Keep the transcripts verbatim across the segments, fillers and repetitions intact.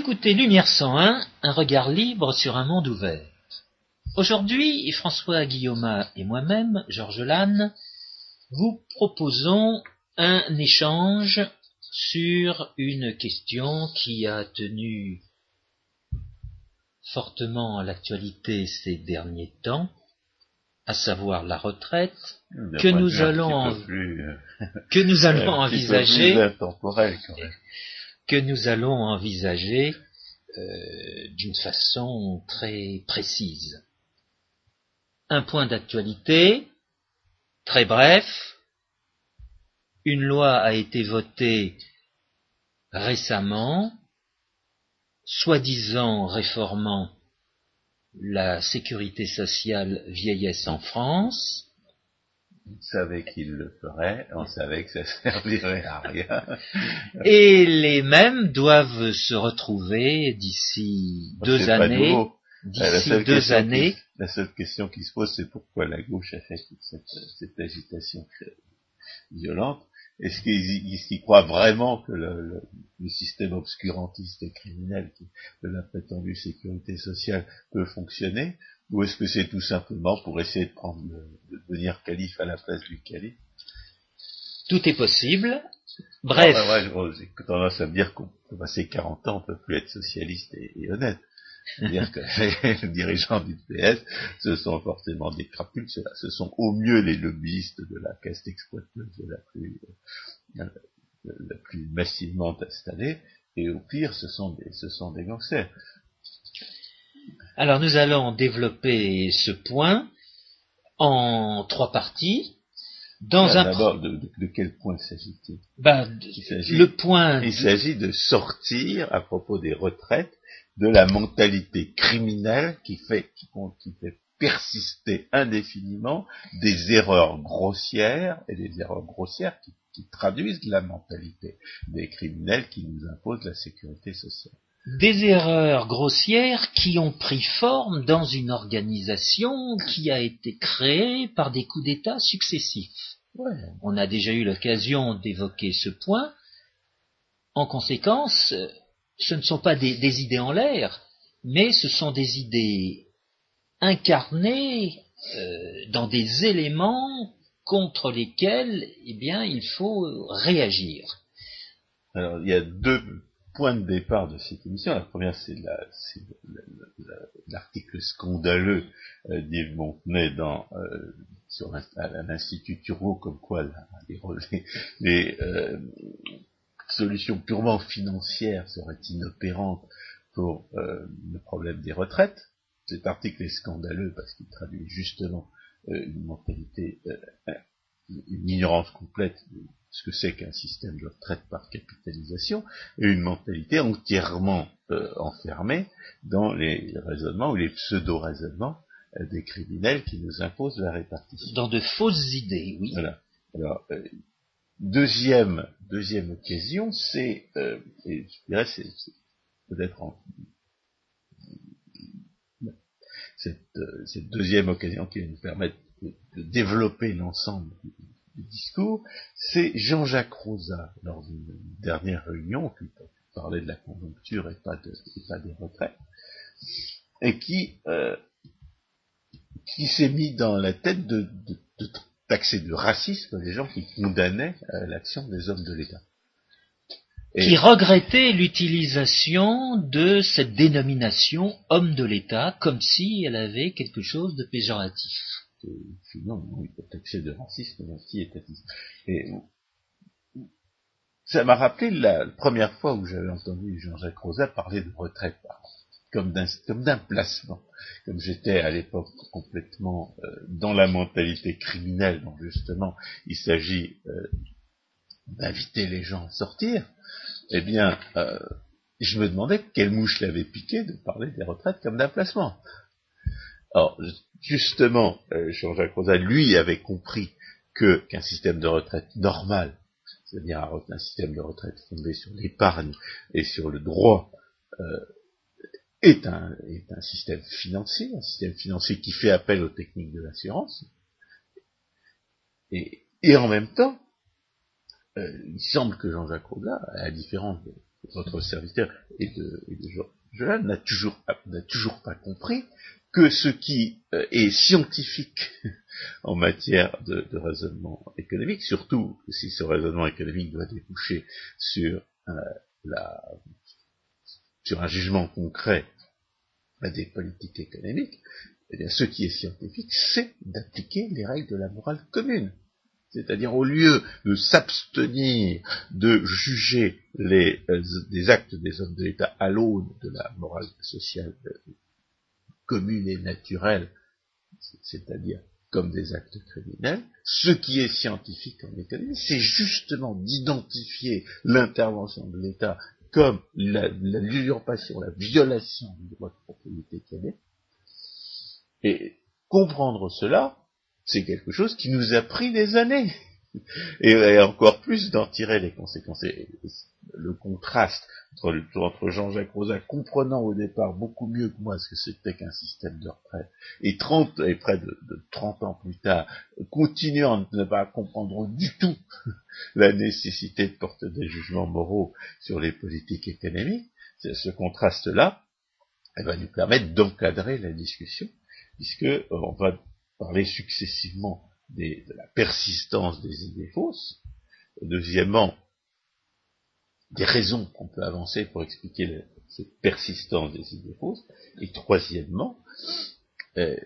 écoutez Lumière cent un, un regard libre sur un monde ouvert. Aujourd'hui, François Guillaumat et moi-même, Georges Lannes, vous proposons un échange sur une question qui a tenu fortement à l'actualité ces derniers temps, à savoir la retraite, que nous, allons, plus, euh, que nous allons envisager, que nous allons envisager euh, d'une façon très précise. Un point d'actualité, très bref. Une loi a été votée récemment, soi-disant réformant la sécurité sociale vieillesse en France. On savait qu'il le ferait, on savait que ça servirait à rien. Et les mêmes doivent se retrouver d'ici deux années. D'ici deux années. Qui, la seule question qui se pose, c'est pourquoi la gauche a fait toute cette, cette agitation violente. Est-ce qu'ils, est-ce qu'ils croient vraiment que le, le, le système obscurantiste et criminel de la prétendue sécurité sociale peut fonctionner, ou est-ce que c'est tout simplement pour essayer de prendre le, de devenir calife à la place du calife? Tout est possible. Bref. Ouais, ouais, j'ai tendance à me dire qu'on peut passer quarante ans, on peut plus être socialiste et, et honnête. C'est-à-dire que les dirigeants du P S, ce sont forcément des crapules, ce sont au mieux les lobbyistes de la caste exploiteuse la plus, la, la plus massivement installée, et au pire, ce sont des, ce sont des gangsters. Alors nous allons développer ce point en trois parties. Dans Là, un d'abord, de, de, de quel point s'agit-il? Ben, il s'agit, le point. Il s'agit de sortir, à propos des retraites, de la mentalité criminelle qui fait, qui, qui fait persister indéfiniment des erreurs grossières, et des erreurs grossières qui, qui traduisent la mentalité des criminels qui nous imposent la sécurité sociale. Des erreurs grossières qui ont pris forme dans une organisation qui a été créée par des coups d'État successifs. Ouais. On a déjà eu l'occasion d'évoquer ce point. En conséquence, ce ne sont pas des, des idées en l'air, mais ce sont des idées incarnées euh, dans des éléments contre lesquels, eh bien, il faut réagir. Alors, il y a deux point de départ de cette émission. La première, c'est, la, c'est la, la, l'article scandaleux euh, d'Yves Montenay dans, euh, sur à, à l'Institut Turgot, comme quoi la, les, les, les euh, solutions purement financières seraient inopérantes pour euh, le problème des retraites. Cet article est scandaleux parce qu'il traduit justement euh, une mentalité, euh, une ignorance complète de ce que c'est qu'un système de retraite par capitalisation, et une mentalité entièrement euh, enfermée dans les raisonnements ou les pseudo-raisonnements euh, des criminels qui nous imposent la répartition. Dans de fausses idées, oui. Voilà. Alors, euh, deuxième, deuxième occasion, c'est, euh, et je dirais, c'est, c'est peut-être en, cette, euh, cette deuxième occasion qui va nous permettre de, de développer l'ensemble du discours, c'est Jean-Jacques Rosa, lors d'une dernière réunion, qui parlait de la conjoncture et pas, de, et pas des retraites, et qui, euh, qui s'est mis dans la tête de, de, de taxer de racisme les gens qui condamnaient euh, l'action des hommes de l'État. Et qui regrettait l'utilisation de cette dénomination homme de l'État, comme si elle avait quelque chose de péjoratif. Non, non, il peut taxer de racisme anti-étatiste. Et ça m'a rappelé la, la première fois où j'avais entendu Jean-Jacques Rosa parler de retraite, comme d'un, comme d'un placement. Comme j'étais à l'époque complètement euh, dans la mentalité criminelle, dont justement il s'agit euh, d'inviter les gens à sortir, eh bien, euh, je me demandais quelle mouche l'avait piqué de parler des retraites comme d'un placement. Or, justement, euh, Jean-Jacques Rosa, lui, avait compris que qu'un système de retraite normal, c'est-à-dire un, un système de retraite fondé sur l'épargne et sur le droit, euh, est, un, est un système financier, un système financier qui fait appel aux techniques de l'assurance. Et, et en même temps, euh, il semble que Jean-Jacques Rosa, à la différence de, votre serviteur et de, et de Johan n'a toujours, n'a toujours pas compris que ce qui euh, est scientifique en matière de, de raisonnement économique, surtout si ce raisonnement économique doit déboucher sur, euh, la, sur un jugement concret des politiques économiques, eh bien, ce qui est scientifique, c'est d'appliquer les règles de la morale commune. C'est-à-dire, au lieu de s'abstenir de juger les, euh, des actes des hommes de l'État à l'aune de la morale sociale euh, commune et naturelle, c'est-à-dire comme des actes criminels, ce qui est scientifique en économie, c'est justement d'identifier l'intervention de l'État comme la, la, l'usurpation, la violation du droit de propriété qu'il y a. Et comprendre cela, c'est quelque chose qui nous a pris des années. Et, et encore plus d'en tirer les conséquences. Et, et le contraste entre, entre Jean-Jacques Rosa, comprenant au départ beaucoup mieux que moi ce que c'était qu'un système de retraite, et trente, et près de, de trente ans plus tard, continuant à ne pas comprendre du tout la nécessité de porter des jugements moraux sur les politiques économiques, ce contraste-là, elle va nous permettre d'encadrer la discussion, puisque on va parler successivement des, de la persistance des idées fausses, deuxièmement, des raisons qu'on peut avancer pour expliquer le, cette persistance des idées fausses, et troisièmement, euh,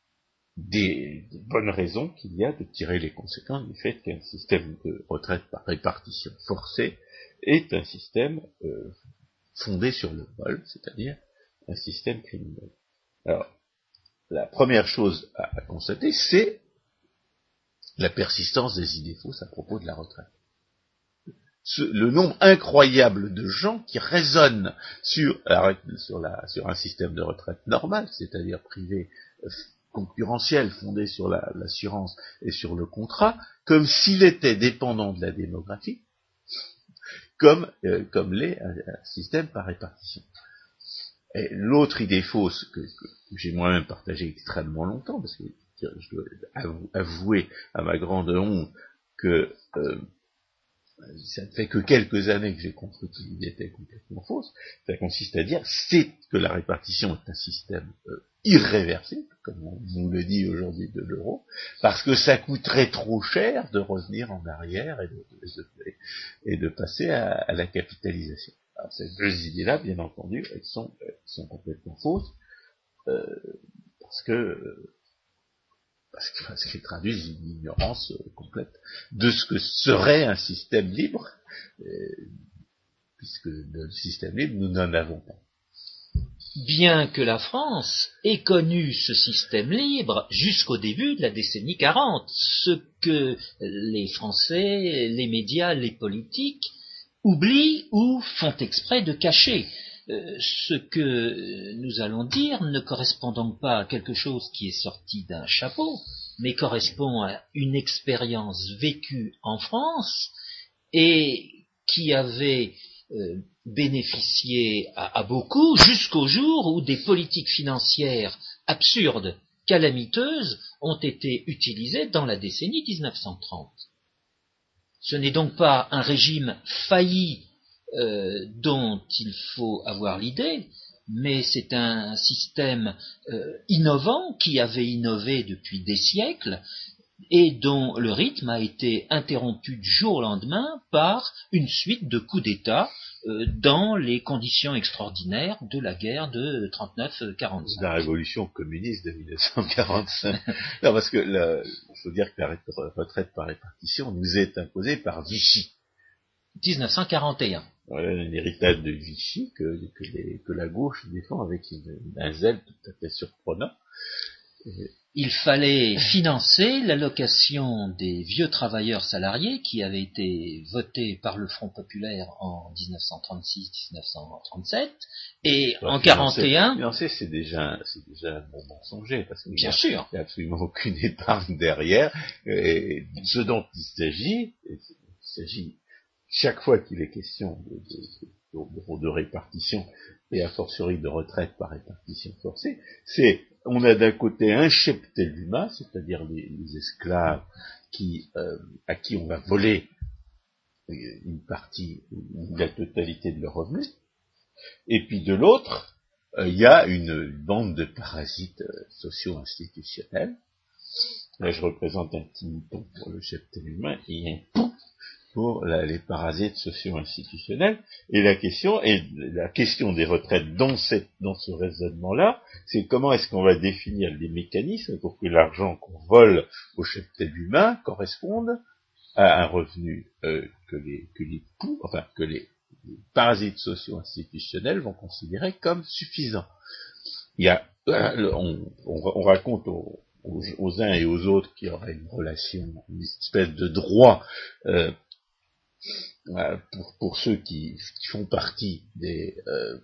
des, des bonnes raisons qu'il y a de tirer les conséquences du fait qu'un système de retraite par répartition forcée est un système euh, fondé sur le vol, c'est-à-dire un système criminel. Alors, la première chose à, à constater, c'est la persistance des idées fausses à propos de la retraite. Ce, le nombre incroyable de gens qui raisonnent sur, la, sur, la, sur un système de retraite normal, c'est-à-dire privé, euh, concurrentiel, fondé sur la, l'assurance et sur le contrat, comme s'il était dépendant de la démographie, comme, euh, comme l'est un, un système par répartition. Et l'autre idée fausse que, que j'ai moi-même partagée extrêmement longtemps, parce que je dois avouer à ma grande honte que euh, ça ne fait que quelques années que j'ai compris qu'il était complètement fausse, ça consiste à dire c'est que la répartition est un système euh, irréversible, comme on nous le dit aujourd'hui de l'euro, parce que ça coûterait trop cher de revenir en arrière et de, de, de, et de passer à, à la capitalisation. Alors, ces deux idées-là, bien entendu, elles sont, elles sont complètement fausses, euh, parce que euh, parce que parce qu'elles traduisent une ignorance euh, complète de ce que serait un système libre, euh, puisque le système libre, nous n'en avons pas. Bien que la France ait connu ce système libre jusqu'au début de la décennie quarante, ce que les Français, les médias, les politiques oublient ou font exprès de cacher. Euh, ce que nous allons dire ne correspond donc pas à quelque chose qui est sorti d'un chapeau, mais correspond à une expérience vécue en France et qui avait euh, bénéficié à, à beaucoup jusqu'au jour où des politiques financières absurdes, calamiteuses, ont été utilisées dans la décennie dix-neuf cent trente. Ce n'est donc pas un régime failli Euh, dont il faut avoir l'idée, mais c'est un système euh, innovant qui avait innové depuis des siècles et dont le rythme a été interrompu du jour au lendemain par une suite de coups d'État euh, dans les conditions extraordinaires de la guerre de trente-neuf quarante-cinq. La révolution communiste de mille neuf cent quarante-cinq. Non, parce que il faut dire que la retraite par répartition nous est imposée par Vichy. dix-neuf cent quarante et un. Voilà un héritage de Vichy que, que, les, que la gauche défend avec une, un zèle tout à fait surprenant. Et il fallait financer l'allocation des vieux travailleurs salariés qui avait été votée par le Front populaire en dix-neuf cent trente-six dix-neuf cent trente-sept et alors, en quarante et un. Financer, c'est déjà, c'est déjà un bon mensonger parce qu'il bien n'y a, sûr. Il n'y a absolument aucune épargne derrière. Et ce dont il s'agit, il s'agit chaque fois qu'il est question de, de, de, de répartition, et a fortiori de retraite par répartition forcée, c'est, on a d'un côté un cheptel humain, c'est-à-dire les, les esclaves qui, euh, à qui on va voler une partie, la totalité de leurs revenus, et puis de l'autre, il euh, y a une bande de parasites euh, socio-institutionnels. Là, je représente un petit mouton pour le cheptel humain et un pou pour la, les parasites socio-institutionnels. Et la question, et la question des retraites dans, cette, dans ce raisonnement-là, c'est comment est-ce qu'on va définir les mécanismes pour que l'argent qu'on vole au cheptel humain corresponde à un revenu euh, que les que les poux, enfin que les, les parasites socio-institutionnels vont considérer comme suffisant. Il y a, euh, on, on, on raconte aux, aux, aux uns et aux autres qu'il y aurait une relation, une espèce de droit euh, pour, pour ceux qui, qui font partie des, euh,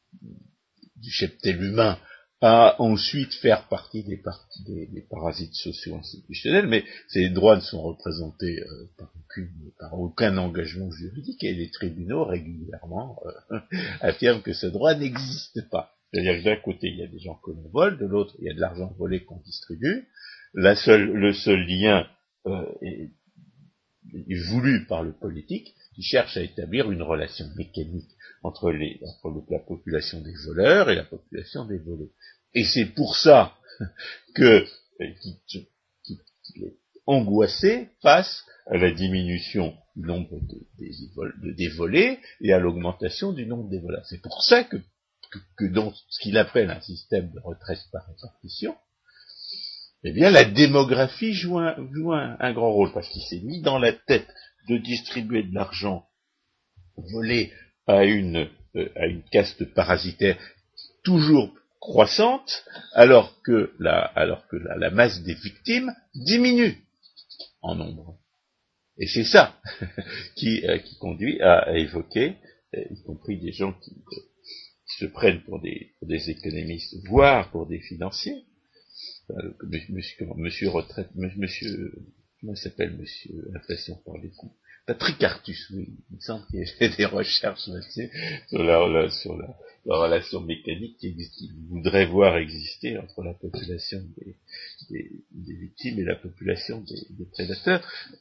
du cheptel humain à ensuite faire partie des, parties, des, des parasites socio-institutionnels, mais ces droits ne sont représentés euh, par, aucune, par aucun engagement juridique, et les tribunaux régulièrement euh, affirment que ce droit n'existe pas. C'est-à-dire que d'un côté, il y a des gens que l'on vole, de l'autre, il y a de l'argent volé qu'on distribue. La seule, le seul lien euh, est, est voulu par le politique, qui cherche à établir une relation mécanique entre, les, entre le, la population des voleurs et la population des volés. Et c'est pour ça que qui, qui, qui est angoissé face à la diminution du nombre de, des, de, des volés et à l'augmentation du nombre des voleurs. C'est pour ça que, que, que dans ce qu'il appelle un système de retraite par répartition, eh bien la démographie joue un, joue un, un grand rôle, parce qu'il s'est mis dans la tête de distribuer de l'argent volé à une, euh, à une caste parasitaire toujours croissante, alors que la, alors que la, la masse des victimes diminue en nombre. Et c'est ça qui, euh, qui conduit à, à évoquer, euh, y compris des gens qui, euh, qui se prennent pour des, pour des économistes, voire pour des financiers, euh, monsieur, comment, monsieur retraite, monsieur, comment il s'appelle, monsieur inflation par les coups, Patrick Artus, oui, il me semble qu'il y a fait des recherches là-dessus, sur la, la, sur la, la relation mécanique qu'il voudrait voir exister entre la population des, des, des victimes et la population des, des prédateurs.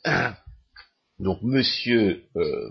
Donc, monsieur, euh,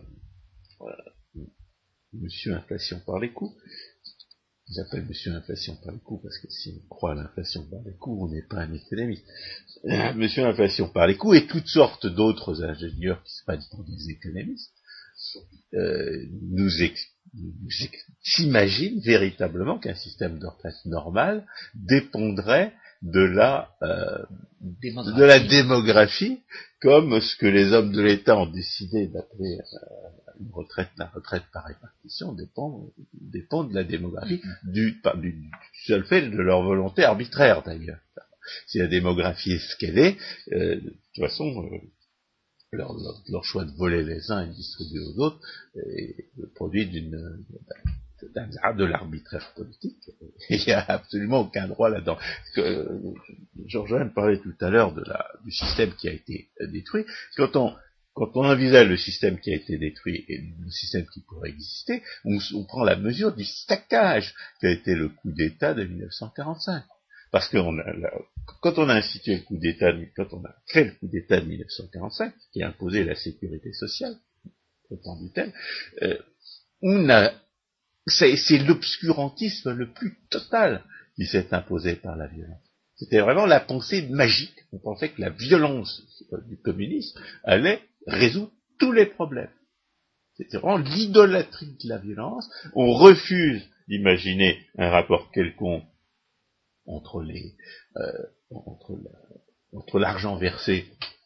monsieur inflation par les coups, j'appelle monsieur inflation par les coups parce que si on croit à l'inflation par les coups, on n'est pas un économiste. Monsieur inflation par les coups et toutes sortes d'autres ingénieurs qui se prennent pour des économistes euh, nous, ex, nous ex, s'imaginent véritablement qu'un système de retraite normal dépendrait de la euh, de la démographie, comme ce que les hommes de l'État ont décidé d'appeler euh, une retraite, la retraite par répartition dépend, dépend de la démographie, du, du, du seul fait de leur volonté arbitraire d'ailleurs. Si la démographie est ce qu'elle est, euh, de toute façon, euh, leur, leur, leur choix de voler les uns et de distribuer aux autres est le produit d'une d'un, de l'arbitraire politique. Il n'y a absolument aucun droit là-dedans. Que, Georges parlait tout à l'heure de la, du système qui a été détruit. Quand on, quand on envisage le système qui a été détruit et le système qui pourrait exister, on, on prend la mesure du saccage qui a été le coup d'État de mille neuf cent quarante-cinq. Parce que on a, la, quand on a institué le coup d'État, quand on a fait le coup d'État de mille neuf cent quarante-cinq, qui a imposé la sécurité sociale, prétendu-t-elle, euh, on a C'est, c'est l'obscurantisme le plus total qui s'est imposé par la violence. C'était vraiment la pensée magique. On pensait que la violence du communisme allait résoudre tous les problèmes. C'était vraiment l'idolâtrie de la violence. On refuse d'imaginer un rapport quelconque entre les, euh, entre, la, entre l'argent versé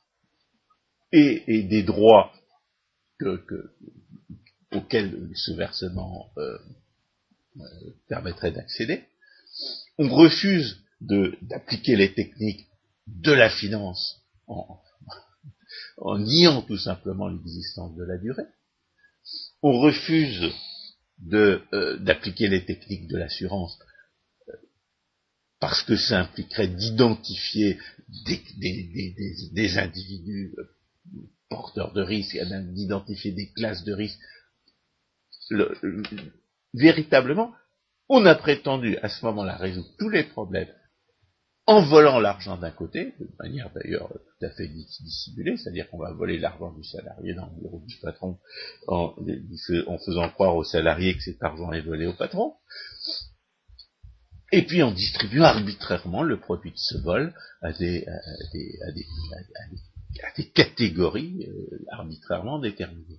et, et des droits que, que auquel ce versement euh, euh, permettrait d'accéder. On refuse de, d'appliquer les techniques de la finance en, en niant tout simplement l'existence de la durée. On refuse de, euh, d'appliquer les techniques de l'assurance euh, parce que ça impliquerait d'identifier des, des, des, des, des individus euh, porteurs de risques, d'identifier des classes de risques. Le, le, véritablement, on a prétendu à ce moment-là résoudre tous les problèmes en volant l'argent d'un côté, de manière d'ailleurs tout à fait dissimulée, c'est-à-dire qu'on va voler l'argent du salarié dans le bureau du patron en, en faisant croire aux salariés que cet argent est volé au patron, et puis en distribuant arbitrairement le produit de ce vol à des, à des, à des, à des, à des catégories euh, arbitrairement déterminées.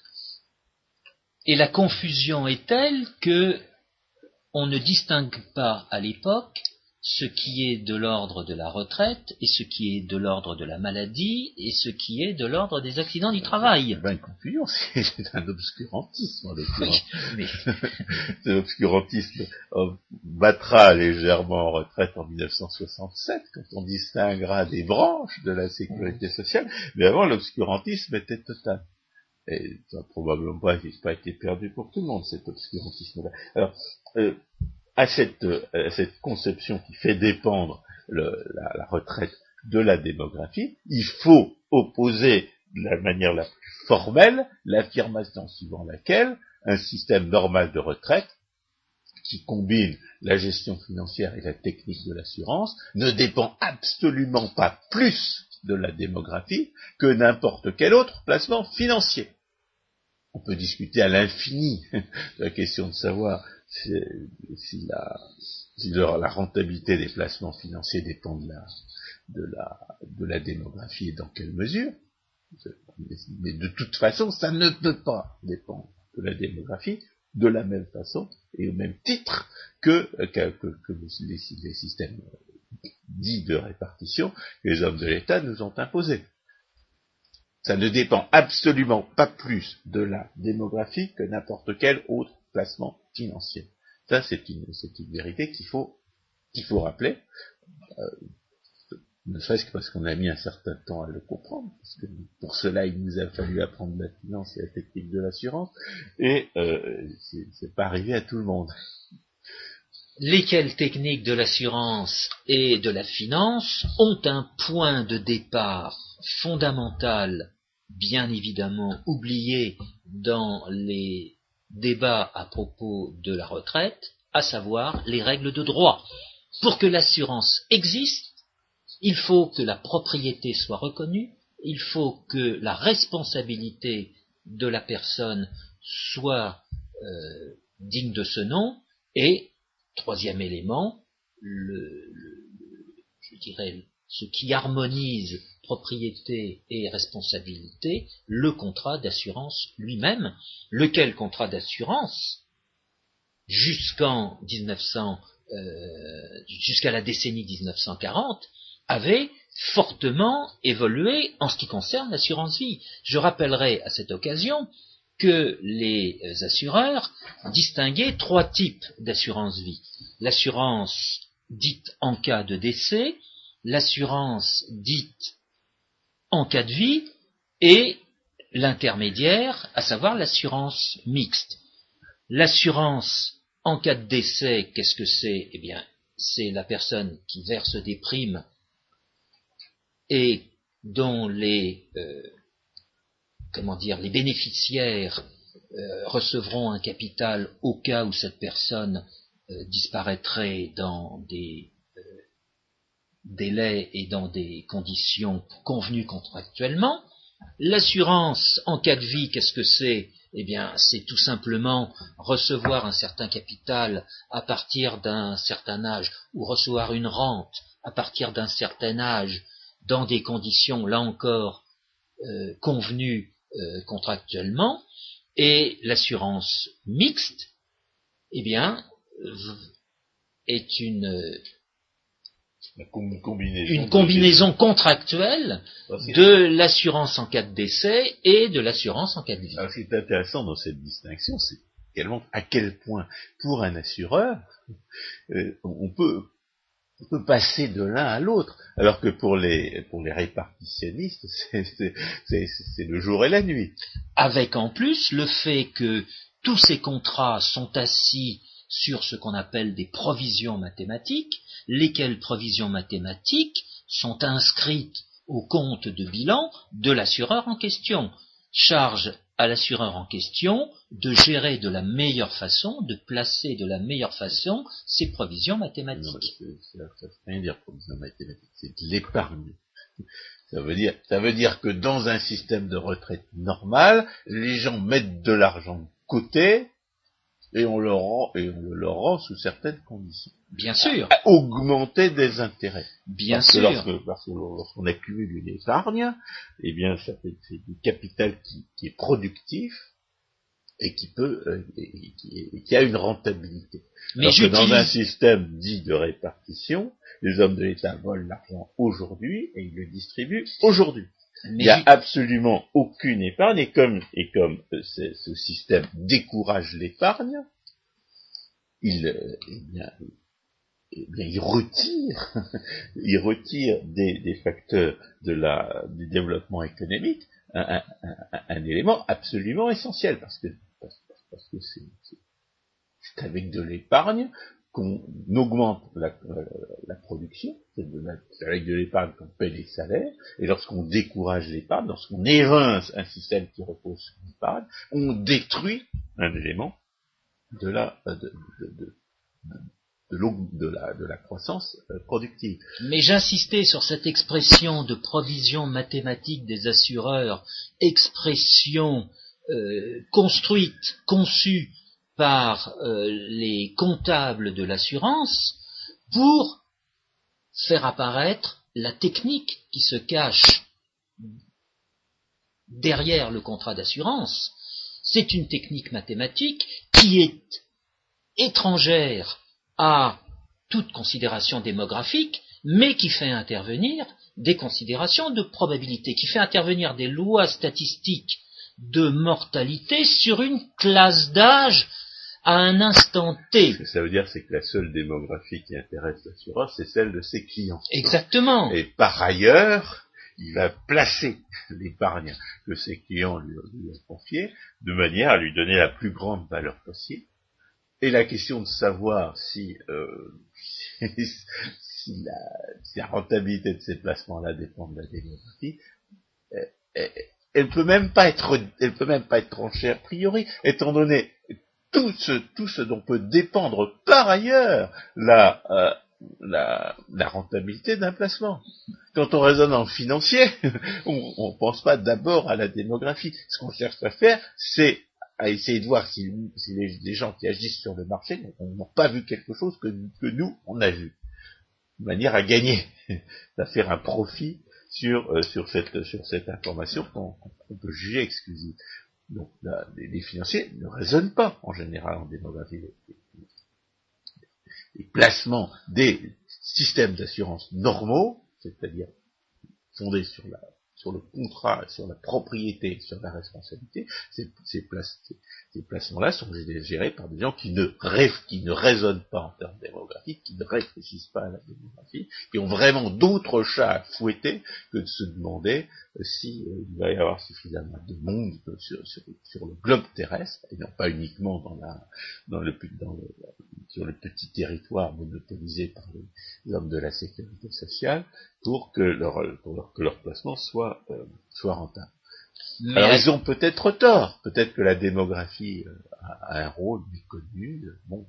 Et la confusion est telle que on ne distingue pas à l'époque ce qui est de l'ordre de la retraite et ce qui est de l'ordre de la maladie et ce qui est de l'ordre des accidents du travail. C'est pas une confusion, c'est, c'est un obscurantisme en l'occurrence. Oui, mais... Cet obscurantisme battra légèrement en retraite en dix-neuf cent soixante-sept, quand on distinguera des branches de la sécurité sociale, mais avant l'obscurantisme était total. Et ça n'a probablement pas, pas été perdu pour tout le monde, cet obscurantisme-là. Alors, euh, à cette, à cette conception qui fait dépendre le, la, la retraite de la démographie, il faut opposer de la manière la plus formelle l'affirmation suivant laquelle un système normal de retraite, qui combine la gestion financière et la technique de l'assurance, ne dépend absolument pas plus de la démographie que n'importe quel autre placement financier. On peut discuter à l'infini la question de savoir si, si, la, si la, la rentabilité des placements financiers dépend de la, de la, de la démographie et dans quelle mesure. Mais de toute façon, ça ne peut pas dépendre de la démographie de la même façon et au même titre que, que, que, que les, les systèmes dits de répartition que les hommes de l'État nous ont imposés. Ça ne dépend absolument pas plus de la démographie que n'importe quel autre placement financier. Ça, c'est une, c'est une vérité qu'il faut, qu'il faut rappeler, euh, ne serait-ce que parce qu'on a mis un certain temps à le comprendre, parce que pour cela, il nous a fallu apprendre la finance et la technique de l'assurance, et euh, c'est, c'est pas arrivé à tout le monde. Lesquelles techniques de l'assurance et de la finance ont un point de départ fondamental, bien évidemment oublié dans les débats à propos de la retraite, à savoir les règles de droit. Pour que l'assurance existe, il faut que la propriété soit reconnue, il faut que la responsabilité de la personne soit euh, digne de ce nom, et troisième élément, le, le, je dirais, ce qui harmonise propriété et responsabilité, le contrat d'assurance lui-même, lequel contrat d'assurance, jusqu'en dix-neuf cents, euh, jusqu'à la décennie dix-neuf cent quarante, avait fortement évolué en ce qui concerne l'assurance vie. Je rappellerai à cette occasion que les assureurs distinguaient trois types d'assurance vie. L'assurance dite en cas de décès, l'assurance dite en cas de vie et l'intermédiaire, à savoir l'assurance mixte. L'assurance en cas de décès, qu'est-ce que c'est? Eh bien, c'est la personne qui verse des primes et dont les euh, comment dire, les bénéficiaires euh, recevront un capital au cas où cette personne euh, disparaîtrait dans des euh, délais et dans des conditions convenues contractuellement. L'assurance en cas de vie, qu'est-ce que c'est? Eh bien, c'est tout simplement recevoir un certain capital à partir d'un certain âge, ou recevoir une rente à partir d'un certain âge, dans des conditions, là encore, euh, convenues Euh, contractuellement, et l'assurance mixte, eh bien, est une, une combinaison, une combinaison contractuelle de l'assurance en cas de décès et de l'assurance en cas de vie. Alors, ce qui est intéressant dans cette distinction, c'est également à quel point, pour un assureur, euh, on peut On peut passer de l'un à l'autre, alors que pour les pour les répartitionnistes, c'est, c'est, c'est, c'est le jour et la nuit. Avec en plus le fait que tous ces contrats sont assis sur ce qu'on appelle des provisions mathématiques, lesquelles provisions mathématiques sont inscrites au compte de bilan de l'assureur en question. Charge à l'assureur en question de gérer de la meilleure façon, de placer de la meilleure façon ses provisions mathématiques. Non, c'est, ça ne veut rien dire provision mathématique, c'est de l'épargne. Ça veut dire, ça veut dire que dans un système de retraite normal, les gens mettent de l'argent de côté et on leur rend, et on le leur rend sous certaines conditions. Bien sûr. À augmenter des intérêts. Bien parce sûr. Que lorsque, parce que lorsqu'on accumule une épargne, eh bien, ça fait, c'est du capital qui, qui est productif et qui peut, euh, et qui, et qui a une rentabilité. Mais Alors que j'utilise... dans un système dit de répartition, les hommes de l'État volent l'argent aujourd'hui et ils le distribuent aujourd'hui. Mais il n'y a j'y... absolument aucune épargne et comme, et comme euh, ce système décourage l'épargne, il, euh, eh bien, eh bien, il retire, il retire des, des facteurs de la, du développement économique un, un, un, un élément absolument essentiel parce que, parce, parce que c'est, c'est, c'est avec de l'épargne qu'on augmente la, la, la production, c'est, de la, c'est avec de l'épargne qu'on paie les salaires, et lorsqu'on décourage l'épargne, lorsqu'on évince un système qui repose sur l'épargne, on détruit un élément de la, de, de, de, de, de, de, la, de la croissance productive. Mais j'insistais sur cette expression de provision mathématique des assureurs, expression euh, construite, conçue par euh, les comptables de l'assurance pour faire apparaître la technique qui se cache derrière le contrat d'assurance. C'est une technique mathématique qui est étrangère à toute considération démographique, mais qui fait intervenir des considérations de probabilité, qui fait intervenir des lois statistiques de mortalité sur une classe d'âge à un instant T. Ce que ça veut dire, c'est que la seule démographie qui intéresse l'assureur, c'est celle de ses clients. Exactement. Et par ailleurs, il va placer l'épargne que ses clients lui, lui ont confiée de manière à lui donner la plus grande valeur possible. Et la question de savoir si, euh, si, si, la, si la rentabilité de ces placements-là dépend de la démographie, elle, elle peut même pas être, elle peut même pas être tranchée a priori, étant donné tout ce, tout ce dont peut dépendre par ailleurs la, euh, la, la rentabilité d'un placement. Quand on raisonne en financier, on ne pense pas d'abord à la démographie. Ce qu'on cherche à faire, c'est à essayer de voir si, si les, les gens qui agissent sur le marché n'ont pas vu quelque chose que, que nous, on a vu. De manière à gagner, à faire un profit sur, euh, sur, cette, sur cette information qu'on, qu'on peut juger exclusive. Donc là, les, les financiers ne raisonnent pas en général en démographie. Les, les, les placements des systèmes d'assurance normaux, c'est-à-dire fondés sur la sur le contrat, sur la propriété, sur la responsabilité, ces, ces, place, ces, ces placements-là sont gérés par des gens qui ne rêvent, qui ne raisonnent pas en termes démographiques, qui ne réfléchissent pas à la démographie, qui ont vraiment d'autres chats à fouetter que de se demander euh, si euh, il va y avoir suffisamment de monde euh, sur, sur, sur le globe terrestre, et non pas uniquement dans la, dans le, dans le, sur le petit territoire monopolisé par les hommes de la sécurité sociale, pour que leur, pour leur, que leur placement soit, euh, soit rentable. Mais alors, ils ont peut-être tort. Peut-être que la démographie euh, a, a un rôle méconnu. Euh, bon.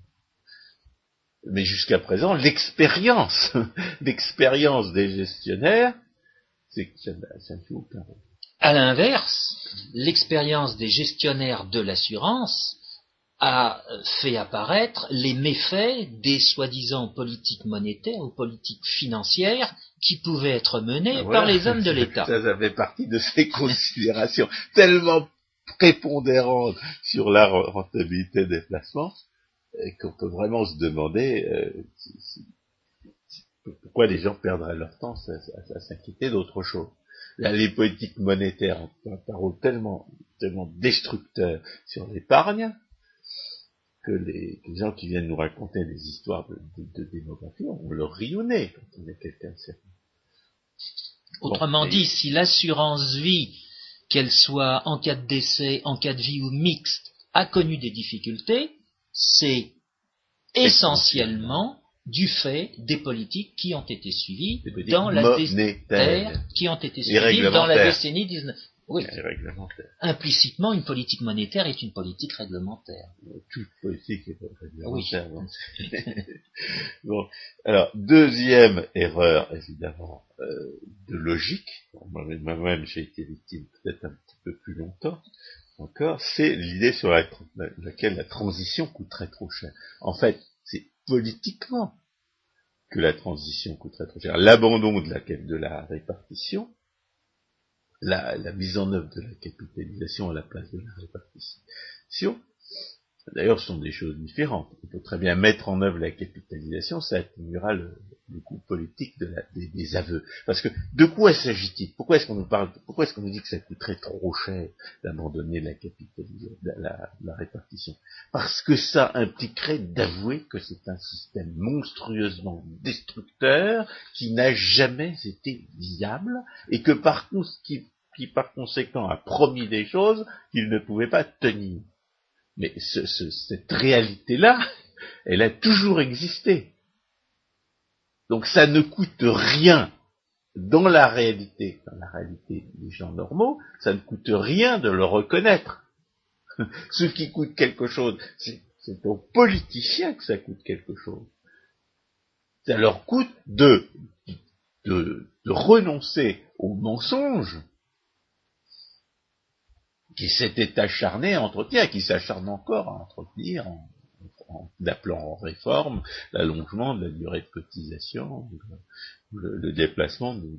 Mais jusqu'à présent, l'expérience, l'expérience des gestionnaires, c'est que ça, ça ne fait aucun rôle. À l'inverse, l'expérience des gestionnaires de l'assurance a fait apparaître les méfaits des soi-disant politiques monétaires ou politiques financières qui pouvaient être menées ah, voilà. par les hommes de l'État. Ça, ça fait partie de ces considérations tellement prépondérantes sur la rentabilité des placements qu'on peut vraiment se demander euh, si, si, si, pourquoi les gens perdraient leur temps à, à, à s'inquiéter d'autre chose. Là, les politiques monétaires ont un rôle tellement, tellement destructeur sur l'épargne que les, les gens qui viennent nous raconter des histoires de, de, de démographie, on leur rit au nez quand on est quelqu'un de sérieux. Autrement bon, dit, et... si l'assurance vie, qu'elle soit en cas de décès, en cas de vie ou mixte, a connu des difficultés, c'est essentiellement du fait des politiques qui ont été suivies dans la, dé... qui ont été suivies dans la décennie dix-neuf. Oui. Et réglementaire. Implicitement, une politique monétaire est une politique réglementaire. Toute politique est réglementaire. Oui. Bon. Bon. Alors, deuxième erreur, évidemment, euh, de logique, bon, moi-même j'ai été victime peut-être un petit peu plus longtemps encore, c'est l'idée sur la, laquelle la transition coûterait trop cher. En fait, c'est politiquement que la transition coûterait trop cher. L'abandon de la, de la répartition, La, la mise en œuvre de la capitalisation à la place de la répartition, d'ailleurs, ce sont des choses différentes. On peut très bien mettre en œuvre la capitalisation, ça atténuera le, le coût politique de la, des, des aveux. Parce que, de quoi s'agit-il? Pourquoi est-ce qu'on nous parle, pourquoi est-ce qu'on nous dit que ça coûterait trop cher d'abandonner la capitalisation, la, la, la répartition? Parce que ça impliquerait d'avouer que c'est un système monstrueusement destructeur qui n'a jamais été viable et que par contre, qui, qui par conséquent a promis des choses qu'il ne pouvait pas tenir. Mais ce, ce, cette réalité-là, elle a toujours existé. Donc ça ne coûte rien dans la réalité, dans la réalité des gens normaux, ça ne coûte rien de le reconnaître. Ce qui coûte quelque chose, c'est, c'est aux politiciens que ça coûte quelque chose. Ça leur coûte de, de, de renoncer au mensonge qui s'était acharné à entretenir, et qui s'acharne encore à entretenir, en, en appelant en réforme l'allongement de la durée de cotisation, le, le déplacement de,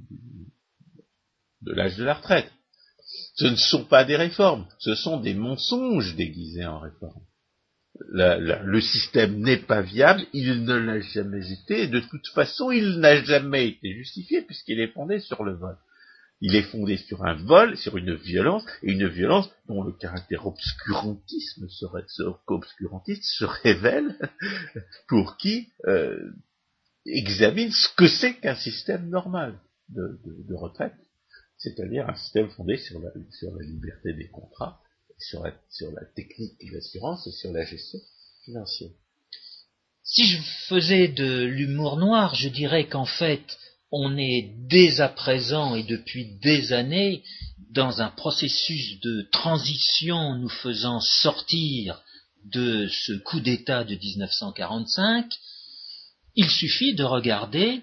de l'âge de la retraite. Ce ne sont pas des réformes, ce sont des mensonges déguisés en réforme. La, la, le système n'est pas viable, il ne l'a jamais été, et de toute façon, il n'a jamais été justifié, puisqu'il est fondé sur le vol. Il est fondé sur un vol, sur une violence, et une violence dont le caractère obscurantisme serait, obscurantiste se révèle pour qui euh, examine ce que c'est qu'un système normal de, de, de retraite, c'est-à-dire un système fondé sur la, sur la liberté des contrats, sur la, sur la technique de l'assurance et sur la gestion financière. Si je faisais de l'humour noir, je dirais qu'en fait, on est dès à présent et depuis des années dans un processus de transition nous faisant sortir de ce coup d'État de dix-neuf cent quarante-cinq. Il suffit de regarder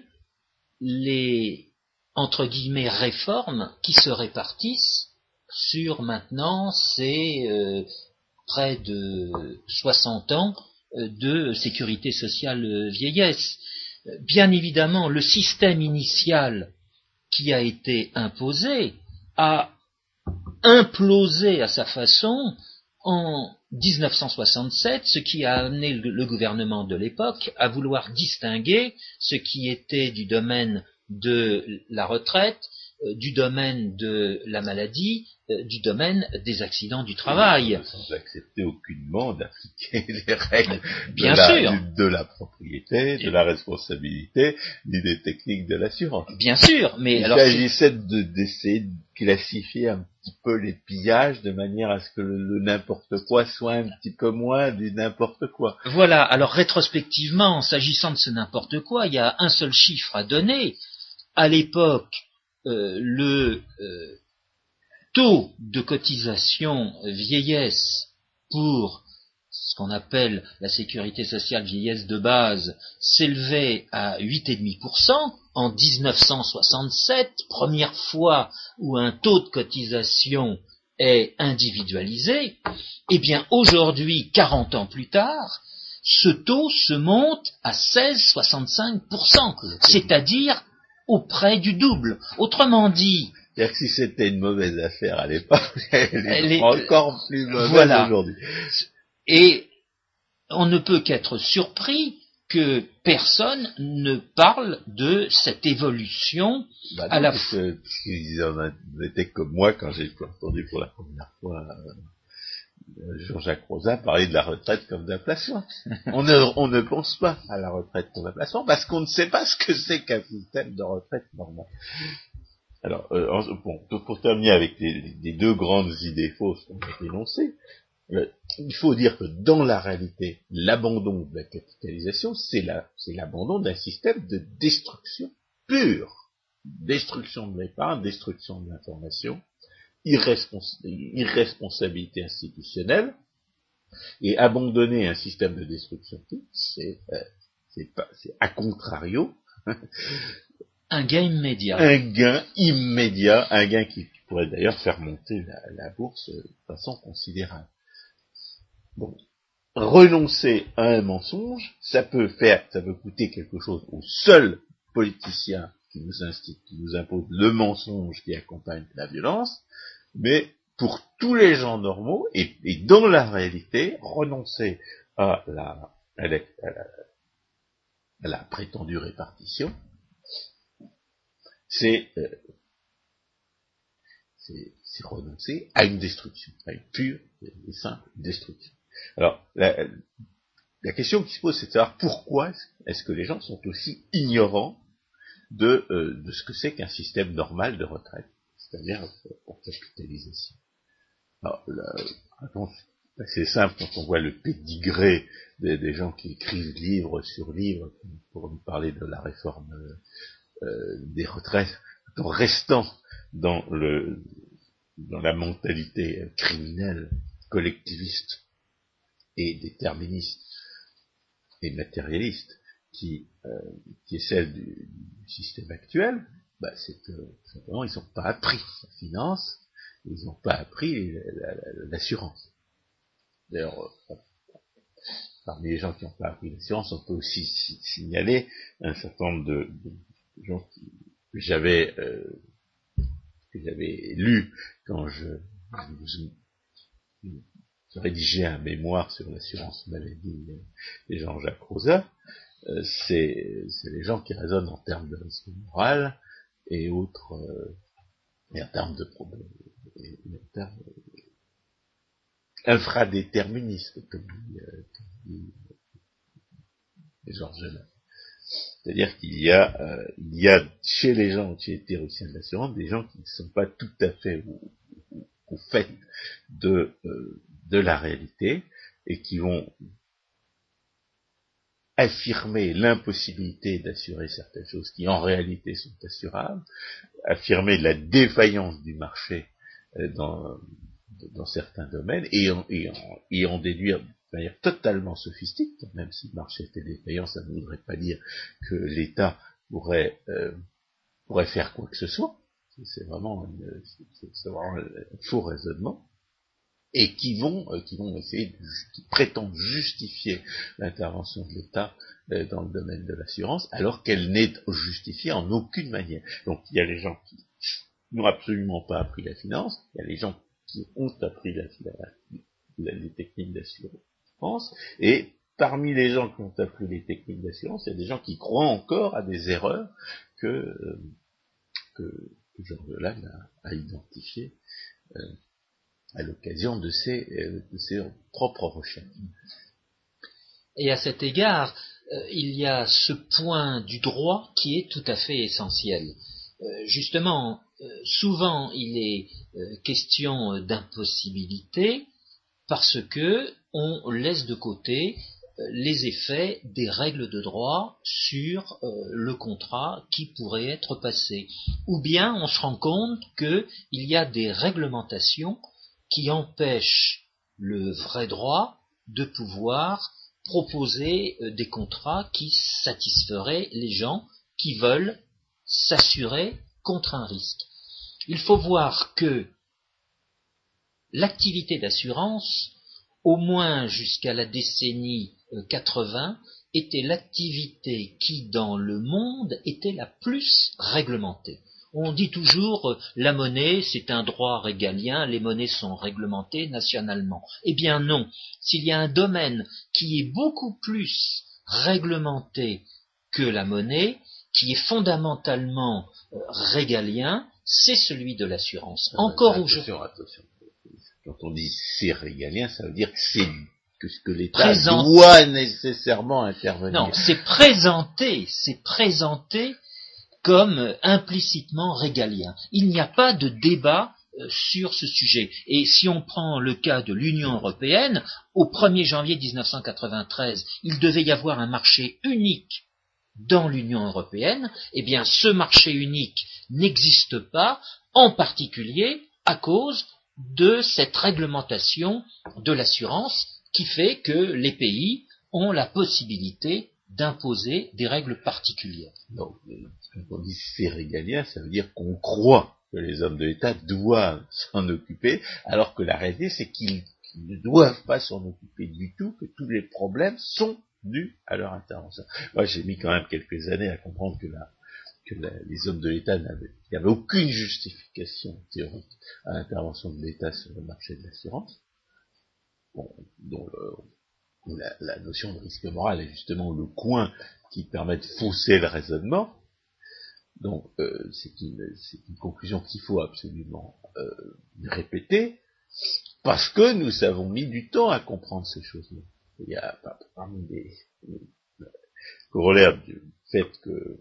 les, entre guillemets, réformes qui se répartissent sur maintenant ces euh, près de soixante ans de sécurité sociale vieillesse. Bien évidemment, le système initial qui a été imposé a implosé à sa façon en dix-neuf cent soixante-sept, ce qui a amené le gouvernement de l'époque à vouloir distinguer ce qui était du domaine de la retraite, du domaine de la maladie, du domaine des accidents du travail. Sans accepter aucunement d'appliquer les règles Bien de, la, sûr. de la propriété, de la responsabilité, ni des techniques de l'assurance. Bien sûr, mais il alors... Il s'agissait de, d'essayer de classifier un petit peu les pillages de manière à ce que le, le n'importe quoi soit un petit peu moins du n'importe quoi. Voilà, alors rétrospectivement, s'agissant de ce n'importe quoi, il y a un seul chiffre à donner. À l'époque, euh, le euh, taux de cotisation vieillesse pour ce qu'on appelle la sécurité sociale vieillesse de base s'élevait à huit virgule cinq pour cent en dix-neuf cent soixante-sept, première fois où un taux de cotisation est individualisé. Eh bien aujourd'hui, quarante ans plus tard, ce taux se monte à seize virgule soixante-cinq pour cent, c'est-à-dire auprès du double. Autrement dit, c'est-à-dire que si c'était une mauvaise affaire à l'époque, elle est, elle est encore plus mauvaise voilà. aujourd'hui. Et on ne peut qu'être surpris que personne ne parle de cette évolution bah non, à la fois. Ils en étaient comme moi quand j'ai entendu pour la première fois euh, Jean-Jacques Rosin parler de la retraite comme d'un placement. On ne, on ne pense pas à la retraite comme un placement parce qu'on ne sait pas ce que c'est qu'un système de retraite normal. Alors, euh, bon, pour terminer avec les, les deux grandes idées fausses qu'on a énoncées, euh, il faut dire que dans la réalité, l'abandon de la capitalisation, c'est, la, c'est l'abandon d'un système de destruction pure. Destruction de l'épargne, destruction de l'information, irrespons- irresponsabilité institutionnelle, et abandonner un système de destruction, c'est, euh, c'est, pas, c'est à contrario un gain immédiat. Un gain immédiat, un gain qui pourrait d'ailleurs faire monter la, la bourse de façon considérable. Bon, renoncer à un mensonge, ça peut faire, ça peut coûter quelque chose au seul politicien qui nous incite, qui nous impose le mensonge qui accompagne la violence, mais pour tous les gens normaux, et, et dans la réalité, renoncer à la, à la, à la, à la prétendue répartition, c'est, euh, c'est, c'est renoncer à une destruction, à une pure et simple destruction. Alors, la, la question qui se pose, c'est de savoir pourquoi est-ce que les gens sont aussi ignorants de, euh, de ce que c'est qu'un système normal de retraite, c'est-à-dire pour capitalisation. Alors, la réponse est assez simple quand on voit le pédigré des, des gens qui écrivent livre sur livre pour nous parler de la réforme euh, des retraites, en restant dans le dans la mentalité criminelle, collectiviste et déterministe et matérialiste qui, euh, qui est celle du, du système actuel, bah, c'est que simplement ils n'ont pas appris la finance, ils n'ont pas appris la, la, l'assurance. D'ailleurs, euh, parmi les gens qui n'ont pas appris l'assurance, on peut aussi signaler un certain nombre de, de gens qui, que j'avais euh, que j'avais lu quand je, je, je, je rédigeais un mémoire sur l'assurance maladie de Jean-Jacques Rosa. Euh, c'est, c'est les gens qui raisonnent en termes de risque moral et autres, euh, et en termes de problèmes, et, et en termes infradéterministes, comme dit, euh, comme dit Georges Gelin. C'est-à-dire qu'il y a, euh, il y a chez les gens, chez les théoriciens de l'assurance, des gens qui ne sont pas tout à fait au, au, au fait de, euh, de la réalité et qui vont affirmer l'impossibilité d'assurer certaines choses qui en réalité sont assurables, affirmer la défaillance du marché euh, dans, dans certains domaines et en, et en, et en déduire de manière totalement sophistique, même si le marché était défaillant, ça ne voudrait pas dire que l'État pourrait, euh, pourrait faire quoi que ce soit. C'est vraiment, une, c'est, c'est vraiment un faux raisonnement. Et qui vont, euh, qui vont essayer, de, qui prétendent justifier l'intervention de l'État euh, dans le domaine de l'assurance, alors qu'elle n'est justifiée en aucune manière. Donc il y a les gens qui n'ont absolument pas appris la finance, il y a les gens qui ont appris la, la, la, les techniques d'assurance, et parmi les gens qui ont appris les techniques d'assurance, il y a des gens qui croient encore à des erreurs que, euh, que, que Georges Gelin a, a identifiées euh, à l'occasion de ses, euh, de ses propres recherches. Et à cet égard, euh, il y a ce point du droit qui est tout à fait essentiel. Euh, justement, euh, souvent il est euh, question d'impossibilité parce que on laisse de côté euh, les effets des règles de droit sur euh, le contrat qui pourrait être passé. Ou bien on se rend compte qu'il y a des réglementations qui empêche le vrai droit de pouvoir proposer euh, des contrats qui satisferaient les gens qui veulent s'assurer contre un risque. Il faut voir que l'activité d'assurance, au moins jusqu'à la décennie euh, quatre-vingts, était l'activité qui, dans le monde, était la plus réglementée. On dit toujours euh, la monnaie, c'est un droit régalien, les monnaies sont réglementées nationalement. Eh bien non, s'il y a un domaine qui est beaucoup plus réglementé que la monnaie, qui est fondamentalement euh, régalien, c'est celui de l'assurance. Ah, Encore aujourd'hui. Attention, attention. Quand on dit c'est régalien, ça veut dire que c'est que ce que l'État Présent... doit nécessairement intervenir. Non, c'est présenté, c'est présenté comme implicitement régalien. Il n'y a pas de débat euh, sur ce sujet. Et si on prend le cas de l'Union européenne, au premier janvier dix-neuf cent quatre-vingt-treize, il devait y avoir un marché unique dans l'Union européenne. Eh bien, ce marché unique n'existe pas, en particulier à cause de cette réglementation de l'assurance qui fait que les pays ont la possibilité d'imposer des règles particulières. Donc, quand on dit fait régalien, ça veut dire qu'on croit que les hommes de l'État doivent s'en occuper, alors que la réalité, c'est qu'ils ne doivent pas s'en occuper du tout, que tous les problèmes sont dus à leur intervention. Moi, j'ai mis quand même quelques années à comprendre que, la, que la, les hommes de l'État n'avaient, il n'y avait aucune justification théorique à l'intervention de l'État sur le marché de l'assurance, bon, dont le, la, la notion de risque moral est justement le coin qui permet de fausser le raisonnement. Donc, euh, c'est, une, c'est une conclusion qu'il faut absolument euh, répéter, parce que nous avons mis du temps à comprendre ces choses-là. Il y a parmi les, les corollaires du fait que,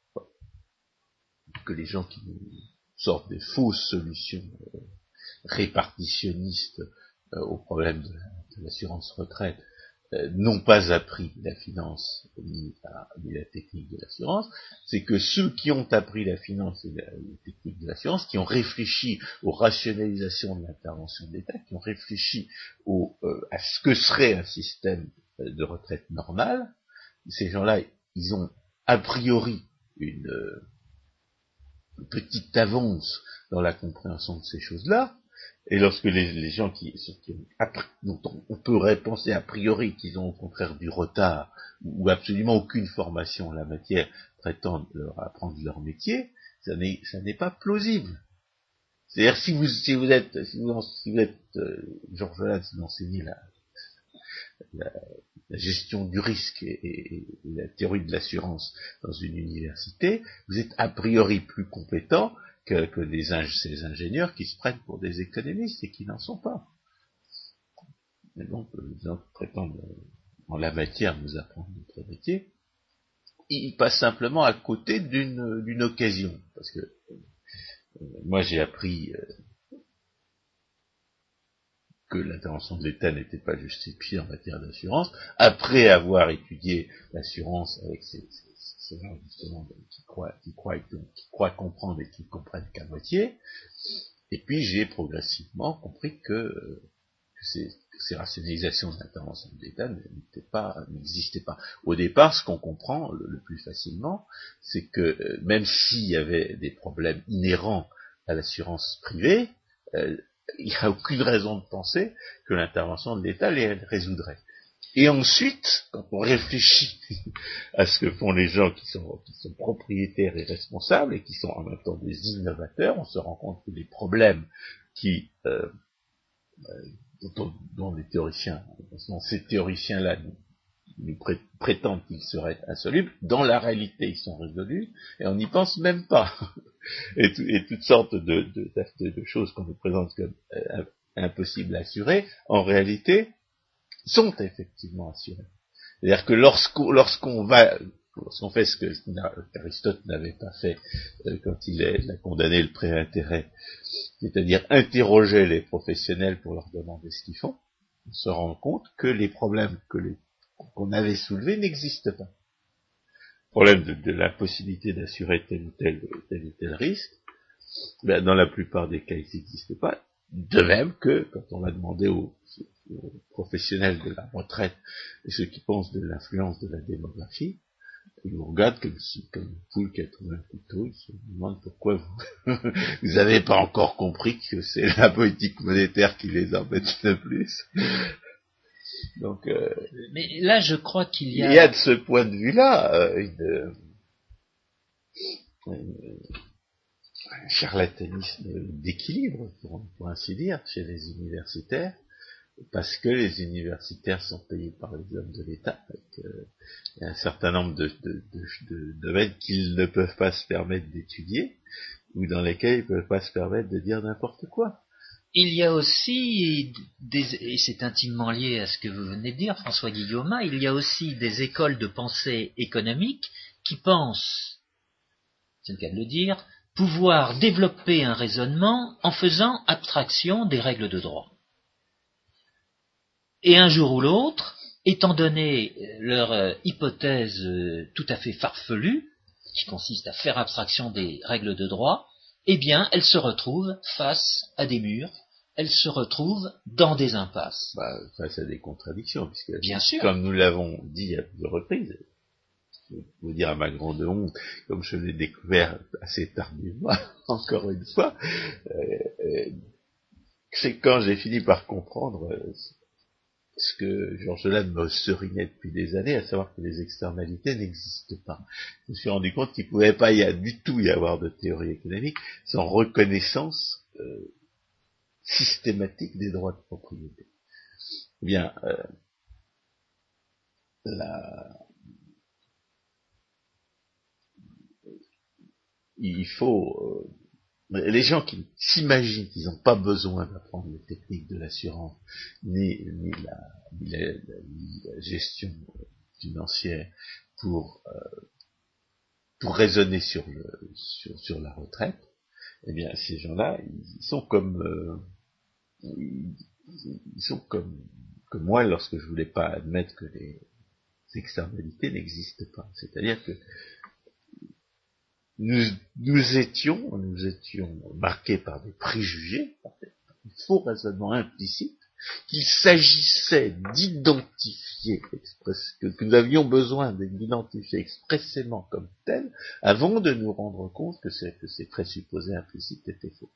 que les gens qui nous sortent des fausses solutions euh, répartitionnistes euh, au problème de, la, de l'assurance retraite euh, n'ont pas appris la finance ni la, ni la technique de l'assurance, c'est que ceux qui ont appris la finance et la, la technique de l'assurance, qui ont réfléchi aux rationalisations de l'intervention de l'État, qui ont réfléchi au, euh, à ce que serait un système de retraite normal, ces gens-là, ils ont a priori une, euh, une petite avance dans la compréhension de ces choses-là. Et lorsque les, les gens qui, qui dont on, on pourrait penser a priori qu'ils ont au contraire du retard ou absolument aucune formation en la matière, prétendent leur apprendre leur métier, ça n'est, ça n'est pas plausible. C'est-à-dire si vous, si vous êtes, si vous, si vous êtes euh, Georges Valade, si vous enseignez la, la, la gestion du risque et, et, et la théorie de l'assurance dans une université, vous êtes a priori plus compétent que, que les, ces ingénieurs qui se prennent pour des économistes et qui n'en sont pas. Et donc, les gens qui prétendent en la matière nous apprendre notre métier, ils passent simplement à côté d'une, d'une occasion. Parce que euh, moi j'ai appris euh, que l'intervention de l'État n'était pas justifiée en matière d'assurance, après avoir étudié l'assurance avec ces, ces, ces gens justement qui croient, qui croient, qui croient comprendre et qui ne comprennent qu'à moitié, et puis j'ai progressivement compris que, euh, que, ces, que ces rationalisations de l'intervention de l'État n'étaient pas, n'existaient pas. Au départ, ce qu'on comprend le, le plus facilement, c'est que euh, même s'il y avait des problèmes inhérents à l'assurance privée, euh, il n'y a aucune raison de penser que l'intervention de l'État les résoudrait. Et ensuite, quand on réfléchit à ce que font les gens qui sont, qui sont propriétaires et responsables et qui sont en même temps des innovateurs, on se rend compte que les problèmes qui, euh, dont, dont les théoriciens, dont ces théoriciens-là nous, nous pré- prétendent qu'ils seraient insolubles, dans la réalité ils sont résolus et on n'y pense même pas. Et, tout, et toutes sortes de, de, de, de choses qu'on nous présente comme euh, impossibles à assurer, en réalité, sont effectivement assurées. C'est-à-dire que lorsqu'on, lorsqu'on va, lorsqu'on fait ce que Aristote n'avait pas fait euh, quand il a condamné le pré-intérêt, c'est-à-dire interroger les professionnels pour leur demander ce qu'ils font, on se rend compte que les problèmes que les, qu'on avait soulevés n'existent pas. Le problème de, de l'impossibilité d'assurer tel ou tel, tel ou tel risque, ben dans la plupart des cas, il n'existe pas. De même que, quand on a demandé aux, aux professionnels de la retraite et ceux qui pensent de l'influence de la démographie, ils nous regardent comme si, comme une poule qui a trouvé un couteau, ils se demandent pourquoi vous, vous n'avez pas encore compris que c'est la politique monétaire qui les embête le plus. Donc, euh, mais là, je crois qu'il y a... Il y a de ce point de vue-là euh, une, une, un charlatanisme d'équilibre, pour, pour ainsi dire, chez les universitaires, parce que les universitaires sont payés par les hommes de l'État, et qu'il y a un certain nombre de, de, de, de domaines qu'ils ne peuvent pas se permettre d'étudier, ou dans lesquels ils ne peuvent pas se permettre de dire n'importe quoi. Il y a aussi, des, et c'est intimement lié à ce que vous venez de dire, François Guillaumin, il y a aussi des écoles de pensée économique qui pensent, c'est le cas de le dire, pouvoir développer un raisonnement en faisant abstraction des règles de droit. Et un jour ou l'autre, étant donné leur euh, hypothèse euh, tout à fait farfelue, qui consiste à faire abstraction des règles de droit, eh bien, elle se retrouve face à des murs, elle se retrouve dans des impasses. Bah, face à des contradictions, puisque, bien sûr, comme nous l'avons dit à plusieurs reprises, je peux vous dire à ma grande honte, comme je l'ai découvert assez tardivement, encore une fois, euh, euh, c'est quand j'ai fini par comprendre euh, ce que Georges Lannes me serinait depuis des années, à savoir que les externalités n'existent pas. Je me suis rendu compte qu'il ne pouvait pas y a, du tout y avoir de théorie économique sans reconnaissance euh, systématique des droits de propriété. Eh bien, euh, la... il faut... Euh, les gens qui s'imaginent qu'ils n'ont pas besoin d'apprendre les techniques de l'assurance, ni, ni, la, ni, la, ni la gestion financière pour, euh, pour raisonner sur, le, sur, sur la retraite, eh bien, ces gens-là, ils sont comme, euh, ils, ils sont comme, comme moi lorsque je voulais pas admettre que les externalités n'existent pas. C'est-à-dire que Nous, nous étions, nous étions marqués par des préjugés, par des faux raisonnements implicites, qu'il s'agissait d'identifier, express, que, que nous avions besoin d'identifier expressément comme tel, avant de nous rendre compte que, c'est, que ces présupposés implicites étaient faux.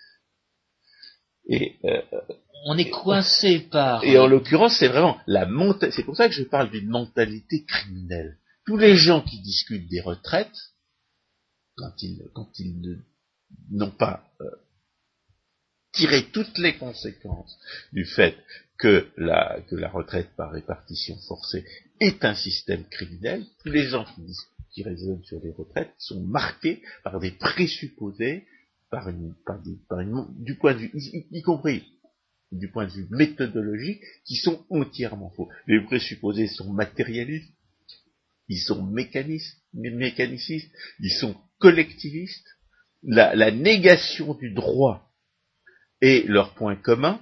Et, euh, on est coincé par... Et en l'occurrence, c'est vraiment la mentalité, c'est pour ça que je parle d'une mentalité criminelle. Tous les gens qui discutent des retraites, quand ils, quand ils ne, n'ont pas euh, tiré toutes les conséquences du fait que la, que la retraite par répartition forcée est un système criminel, tous les gens qui, qui raisonnent sur les retraites sont marqués par des présupposés, par une, par des, par une, du point de vue, y, y compris du point de vue méthodologique, qui sont entièrement faux. Les présupposés sont matérialistes, ils sont mécanistes, mécanicistes, ils sont collectivistes. La, la négation du droit est leur point commun.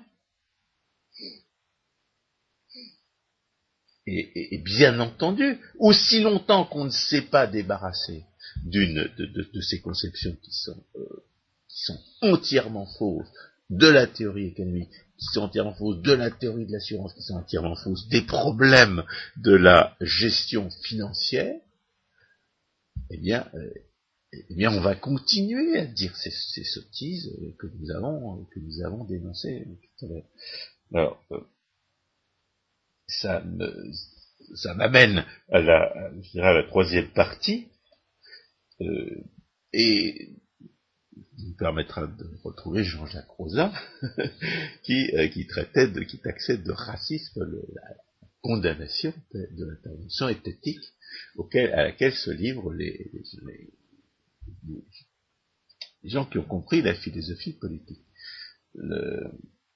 Et, et, et bien entendu, aussi longtemps qu'on ne s'est pas débarrassé d'une de, de, de ces conceptions qui sont, euh, qui sont entièrement fausses de la théorie économique, qui sont entièrement fausses de la théorie de l'assurance, qui sont entièrement fausses des problèmes de la gestion financière, eh bien, euh, eh bien, on va continuer à dire ces, ces sottises que nous avons, que nous avons dénoncées tout à l'heure. Alors, euh, ça, me, ça m'amène à la, je dirais à la troisième partie, euh, et me permettra de retrouver Jean-Jacques Rosa, qui, euh, qui traitait de, qui taxait de racisme le, la condamnation de, de l'intervention esthétique auquel, à laquelle se livrent les, les, les, les gens qui ont compris la philosophie politique. Le,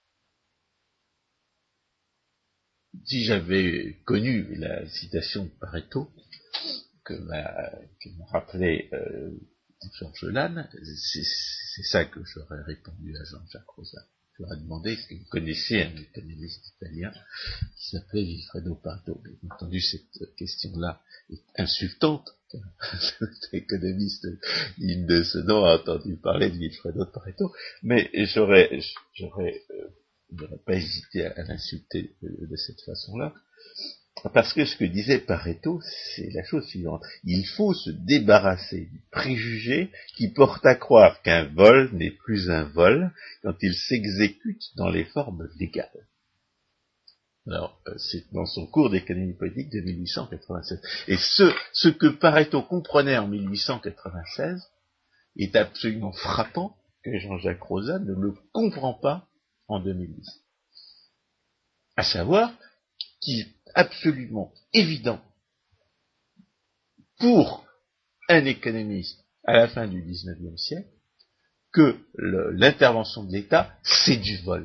si j'avais connu la citation de Pareto que m'a, que m'a rappelé euh, Georges Lannes, c'est, c'est ça que j'aurais répondu à Jean-Jacques Rosa. Je leur ai demandé est-ce que vous connaissez un économiste italien qui s'appelait Vilfredo Pareto. Bien entendu, cette question-là est insultante. Cet économiste digne de ce nom a entendu parler de Vilfredo Pareto, mais j'aurais, j'aurais, euh, j'aurais pas hésité à, à l'insulter de, de cette façon-là. Parce que ce que disait Pareto, c'est la chose suivante. Il faut se débarrasser du préjugé qui porte à croire qu'un vol n'est plus un vol quand il s'exécute dans les formes légales. Alors, c'est dans son cours d'économie politique de mille huit cent quatre-vingt-seize. Et ce, ce que Pareto comprenait en mille huit cent quatre-vingt-seize est absolument frappant que Jean-Jacques Rosa ne le comprend pas en deux mille dix. À savoir qu'il est absolument évident pour un économiste à la fin du dix-neuvième siècle que le, l'intervention de l'État, c'est du vol.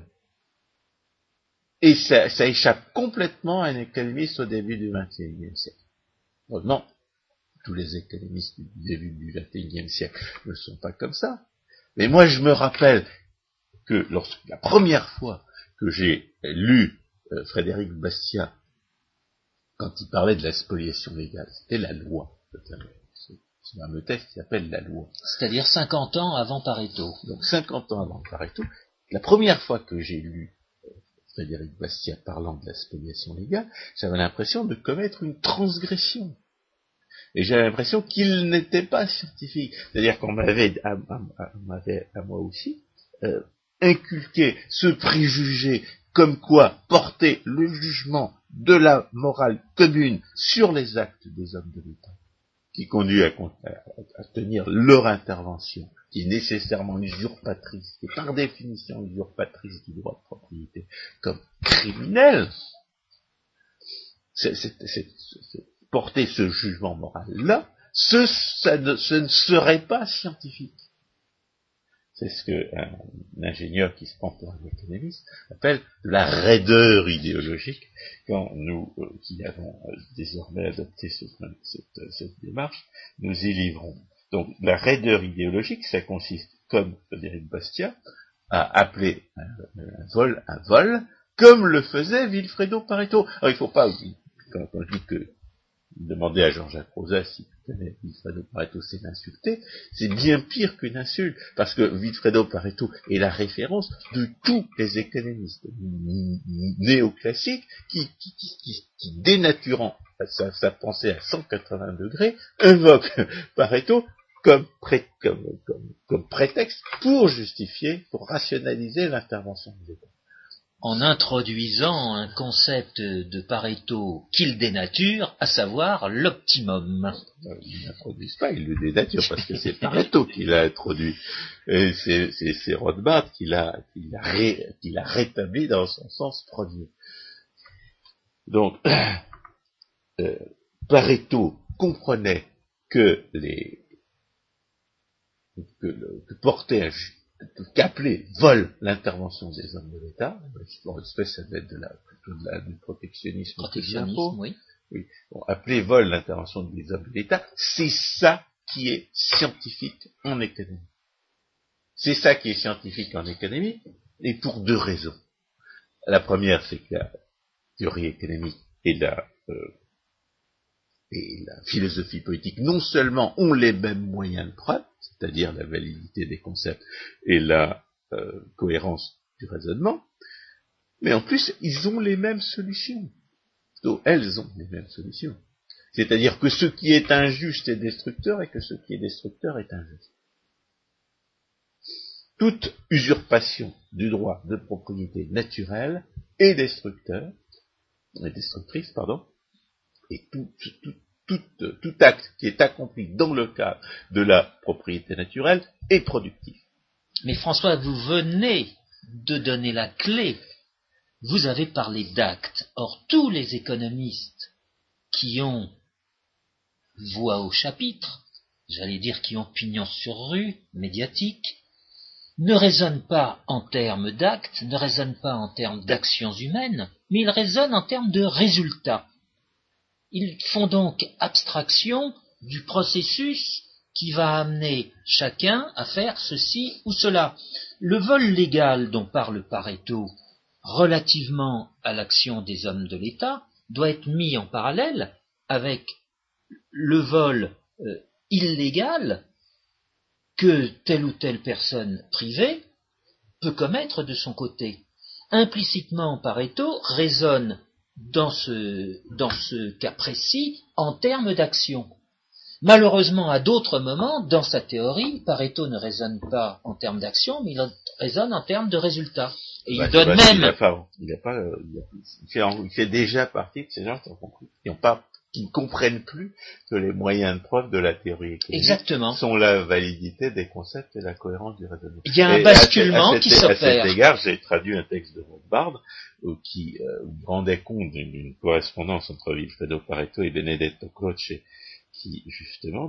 Et ça, ça échappe complètement à un économiste au début du vingt et unième siècle. Non, tous les économistes du début du vingt et unième siècle ne sont pas comme ça. Mais moi, je me rappelle que lorsque la première fois que j'ai lu euh, Frédéric Bastiat, quand il parlait de la spoliation légale, c'était la loi. ce fameux texte qui s'appelle la loi. C'est-à-dire cinquante ans avant Pareto. Donc cinquante ans avant Pareto, la première fois que j'ai lu Frédéric Bastiat parlant de la spoliation légale, j'avais l'impression de commettre une transgression. Et j'avais l'impression qu'il n'était pas scientifique. C'est-à-dire qu'on m'avait, à, à, à, m'avait, à moi aussi, euh, inculqué ce préjugé comme quoi porter le jugement de la morale commune sur les actes des hommes de l'État, qui conduit à, à, à tenir leur intervention, qui est nécessairement usurpatrice, qui est par définition usurpatrice du droit de propriété, comme criminel, c'est, c'est, c'est, c'est, porter ce jugement moral-là, ce, ça ne, ce ne serait pas scientifique. C'est ce qu'un un ingénieur qui se prend pour un économiste appelle la raideur idéologique, quand nous, euh, qui avons euh, désormais adopté ce, cette, cette démarche, nous y livrons. Donc la raideur idéologique, ça consiste, comme Frédéric Bastiat, à appeler un, un vol un vol, comme le faisait Vilfredo Pareto. Alors il ne faut pas oublier, quand, quand je dis que demander à Jean-Jacques Rosa si tu connais Vilfredo Pareto, c'est l'insulter, c'est bien pire qu'une insulte, parce que Vilfredo Pareto est la référence de tous les économistes néoclassiques qui, qui, qui, qui, qui dénaturant sa, sa pensée à cent quatre-vingts degrés, invoquent Pareto comme, pré, comme, comme, comme prétexte pour justifier, pour rationaliser l'intervention des États. En introduisant un concept de Pareto qu'il dénature, à savoir l'optimum. Ils n'introduisent pas, ils le dénaturent, parce que c'est Pareto qui l'a introduit. Et c'est, c'est, c'est Rothbard qui l'a, qui l'a, ré, qui l'a rétabli dans son sens premier. Donc, euh, Pareto comprenait que les, que, le, que porter un qu'appeler vol l'intervention des hommes de l'État, en espèce ça doit être de la, plutôt de la, du protectionnisme, protectionnisme oui. oui. Bon, appeler vol l'intervention des hommes de l'État, c'est ça qui est scientifique en économie. C'est ça qui est scientifique en économie, et pour deux raisons. La première, c'est que la théorie économique et la, euh, et la philosophie politique non seulement ont les mêmes moyens de preuve, c'est-à-dire la validité des concepts et la euh, cohérence du raisonnement, mais en plus, ils ont les mêmes solutions. Donc, elles ont les mêmes solutions. C'est-à-dire que ce qui est injuste est destructeur et que ce qui est destructeur est injuste. Toute usurpation du droit de propriété naturelle est destructeur, est destructrice, pardon, et tout, tout, tout, tout acte qui est accompli dans le cadre de la propriété naturelle est productif. Mais François, vous venez de donner la clé. Vous avez parlé d'actes. Or, tous les économistes qui ont voix au chapitre, j'allais dire qui ont pignon sur rue, médiatique, ne raisonnent pas en termes d'actes, ne raisonnent pas en termes d'actions humaines, mais ils raisonnent en termes de résultats. Ils font donc abstraction du processus qui va amener chacun à faire ceci ou cela. Le vol légal dont parle Pareto, relativement à l'action des hommes de l'État, doit être mis en parallèle avec le vol euh, illégal que telle ou telle personne privée peut commettre de son côté. Implicitement, Pareto raisonne dans ce, dans ce cas précis en termes d'action. Malheureusement, à d'autres moments, dans sa théorie, Pareto ne raisonne pas en termes d'action, mais il raisonne en termes de résultats. Et bah, il donne bah, même... Il, a pas, il, a pas, il, a, il, fait, il fait déjà partie de ces gens qui ont compris, qui ont pas, qui ne comprennent plus que les moyens de preuve de la théorie économique Exactement. sont la validité des concepts et la cohérence du raisonnement. Il y a un et basculement à, à qui s'opère. À cet égard, j'ai traduit un texte de Rothbard euh, qui euh, rendait compte d'une, d'une correspondance entre Vilfredo Pareto et Benedetto Croce, qui justement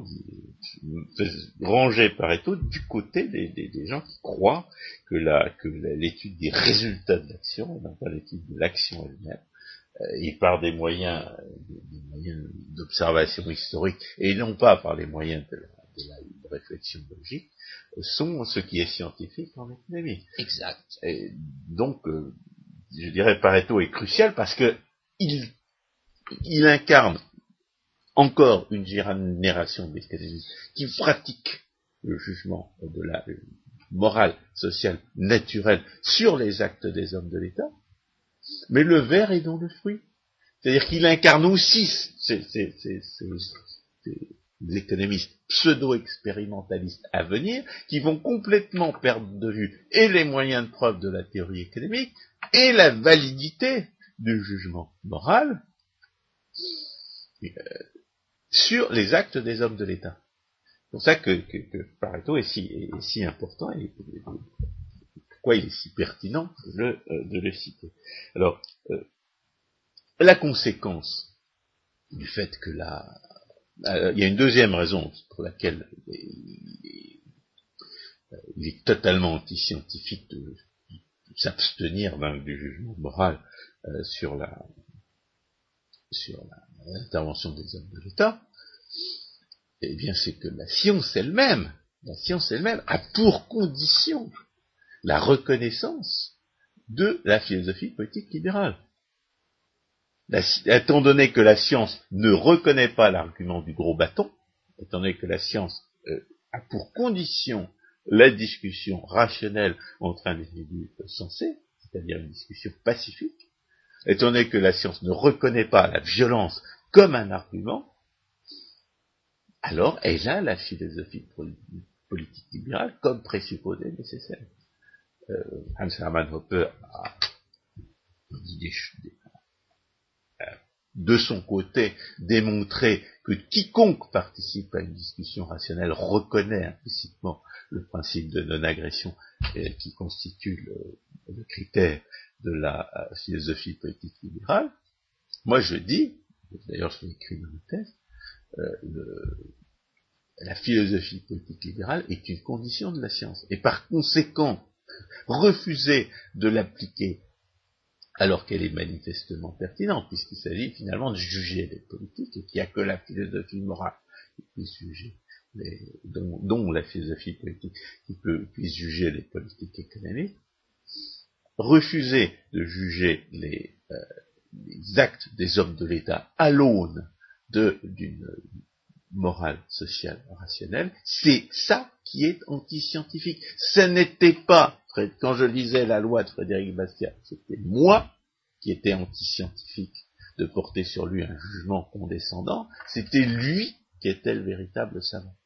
rangeait Pareto du côté des, des, des gens qui croient que, la, que la, l'étude des résultats de l'action, et non pas l'étude de l'action elle-même, euh, et par des moyens, des, des moyens d'observation historique, et non pas par les moyens de la, de la de réflexion logique, sont ce qui est scientifique en économie. Exact. Et donc, euh, je dirais Pareto est crucial parce que il, il incarne encore une génération d'économistes qui pratiquent le jugement de la morale sociale naturelle sur les actes des hommes de l'État, mais le ver est dans le fruit. C'est-à-dire qu'il incarne aussi ces, ces, ces, ces, ces économistes pseudo-expérimentalistes à venir, qui vont complètement perdre de vue et les moyens de preuve de la théorie économique, et la validité du jugement moral euh, sur les actes des hommes de l'État. C'est pour ça que, que, que Pareto est si, est si important et, et pourquoi il est si pertinent de le, euh, de le citer. Alors, euh, la conséquence du fait que la... Euh, il y a une deuxième raison pour laquelle il est, il est totalement anti-scientifique de, de s'abstenir d'un, du jugement moral euh, sur la sur la, l'intervention des hommes de l'État. Eh bien, c'est que la science elle-même, la science elle-même a pour condition la reconnaissance de la philosophie politique libérale. La, étant donné que la science ne reconnaît pas l'argument du gros bâton, étant donné que la science euh, a pour condition la discussion rationnelle entre individus sensés, c'est-à-dire une discussion pacifique, étant donné que la science ne reconnaît pas la violence comme un argument, alors elle a la philosophie politique libérale comme présupposé nécessaire. Euh, Hans Hermann Hoppe a dit des, des de son côté, démontrer que quiconque participe à une discussion rationnelle reconnaît implicitement le principe de non-agression euh, qui constitue le, le critère de la euh, philosophie politique libérale. Moi, je dis, d'ailleurs je l'ai écrit dans ma thèse, euh, le, la philosophie politique libérale est une condition de la science. Et par conséquent, refuser de l'appliquer alors qu'elle est manifestement pertinente, puisqu'il s'agit finalement de juger les politiques, et qu'il n'y a que la philosophie morale qui puisse juger, les, dont, dont la philosophie politique qui peut, puisse juger les politiques économiques. Refuser de juger les, euh, les actes des hommes de l'État à l'aune de, d'une morale sociale rationnelle, c'est ça qui est anti-scientifique. Ce n'était pas, quand je lisais la loi de Frédéric Bastiat, c'était moi qui étais anti-scientifique de porter sur lui un jugement condescendant, c'était lui qui était le véritable savant.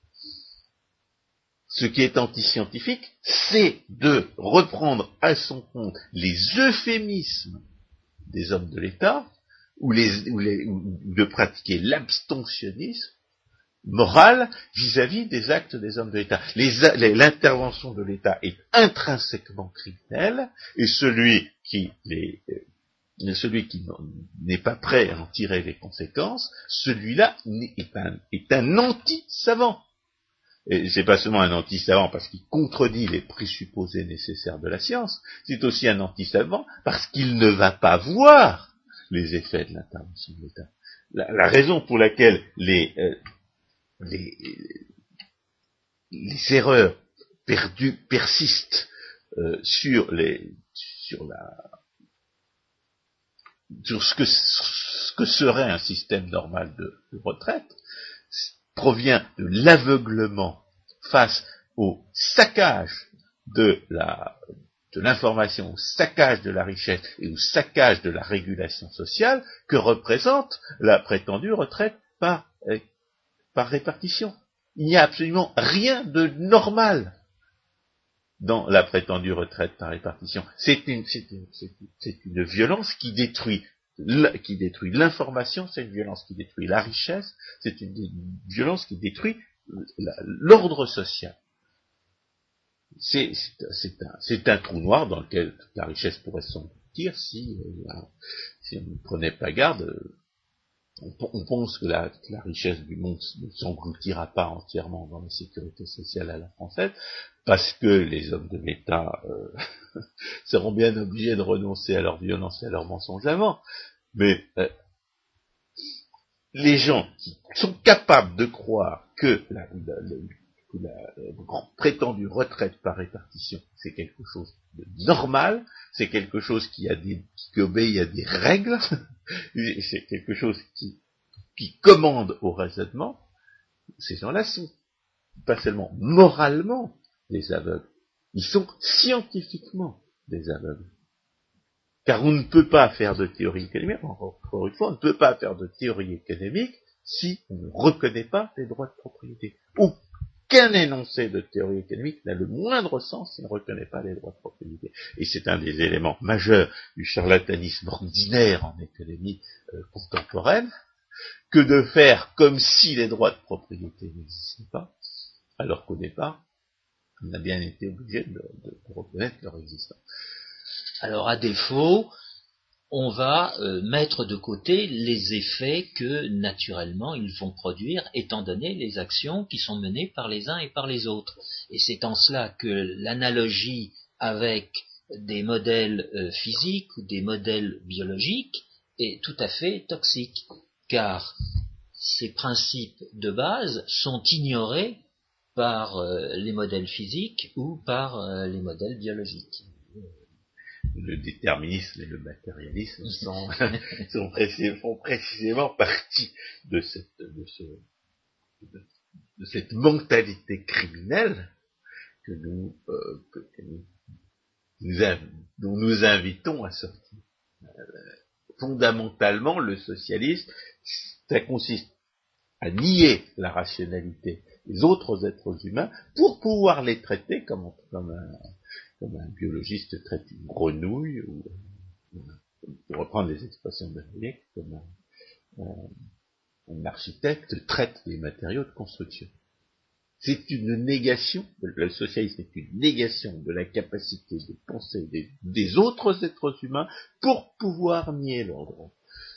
Ce qui est anti-scientifique, c'est de reprendre à son compte les euphémismes des hommes de l'État, ou, les, ou, les, ou de pratiquer l'abstentionnisme moral vis-à-vis des actes des hommes de l'État. Les, les, l'intervention de l'État est intrinsèquement criminelle, et celui qui, les, euh, celui qui n'est pas prêt à en tirer les conséquences, celui-là est un, est un anti-savant. Et c'est pas seulement un anti-savant parce qu'il contredit les présupposés nécessaires de la science, c'est aussi un anti-savant parce qu'il ne va pas voir les effets de l'intervention de l'État. La, la raison pour laquelle les, euh, les, les erreurs perdues persistent euh, sur les sur la sur ce que ce que serait un système normal de, de retraite provient de l'aveuglement face au saccage de la de l'information, au saccage de la richesse et au saccage de la régulation sociale que représente la prétendue retraite par euh, par répartition. Il n'y a absolument rien de normal dans la prétendue retraite par répartition. C'est une, c'est une, c'est une, c'est une violence qui détruit, qui détruit l'information, c'est une violence qui détruit la richesse, c'est une, une violence qui détruit la, l'ordre social. C'est, c'est, c'est, un, c'est un trou noir dans lequel toute la richesse pourrait s'engloutir si, euh, si on ne prenait pas garde. Euh, On, on pense que la, que la richesse du monde ne s'engloutira pas entièrement dans la sécurité sociale à la française, parce que les hommes de l'État euh, seront bien obligés de renoncer à leur violence et à leur mensonge avant. Mais euh, les gens qui sont capables de croire que la, la, la, la, la prétendue retraite par répartition, c'est quelque chose de normal, c'est quelque chose qui, a des, qui obéit à des règles, c'est quelque chose qui qui commandent au raisonnement, ces gens-là sont pas seulement moralement des aveugles, ils sont scientifiquement des aveugles. Car on ne peut pas faire de théorie économique, encore une fois, on ne peut pas faire de théorie économique si on ne reconnaît pas les droits de propriété. Aucun énoncé de théorie économique n'a le moindre sens s'il ne reconnaît pas les droits de propriété. Et c'est un des éléments majeurs du charlatanisme ordinaire en économie euh, contemporaine, que de faire comme si les droits de propriété n'existaient pas, alors qu'au départ, on a bien été obligé de, de, de reconnaître leur existence. Alors, à défaut, on va euh, mettre de côté les effets que, naturellement, ils vont produire, étant donné les actions qui sont menées par les uns et par les autres. Et c'est en cela que l'analogie avec des modèles euh, physiques ou des modèles biologiques est tout à fait toxique, car ces principes de base sont ignorés par euh, les modèles physiques ou par euh, les modèles biologiques. Le déterminisme et le matérialisme sont, sont précis, font précisément partie de cette, de, ce, de, de cette mentalité criminelle que nous, euh, que, que nous, nous inv, dont nous invitons à sortir. Euh, fondamentalement, le socialisme, ça consiste à nier la rationalité des autres êtres humains pour pouvoir les traiter comme, comme un comme un biologiste traite une grenouille, ou, pour reprendre les expressions de Hayek, comme un, un, un architecte traite les matériaux de construction. C'est une négation, le socialisme est une négation de la capacité de penser des, des autres êtres humains pour pouvoir nier leurs droits.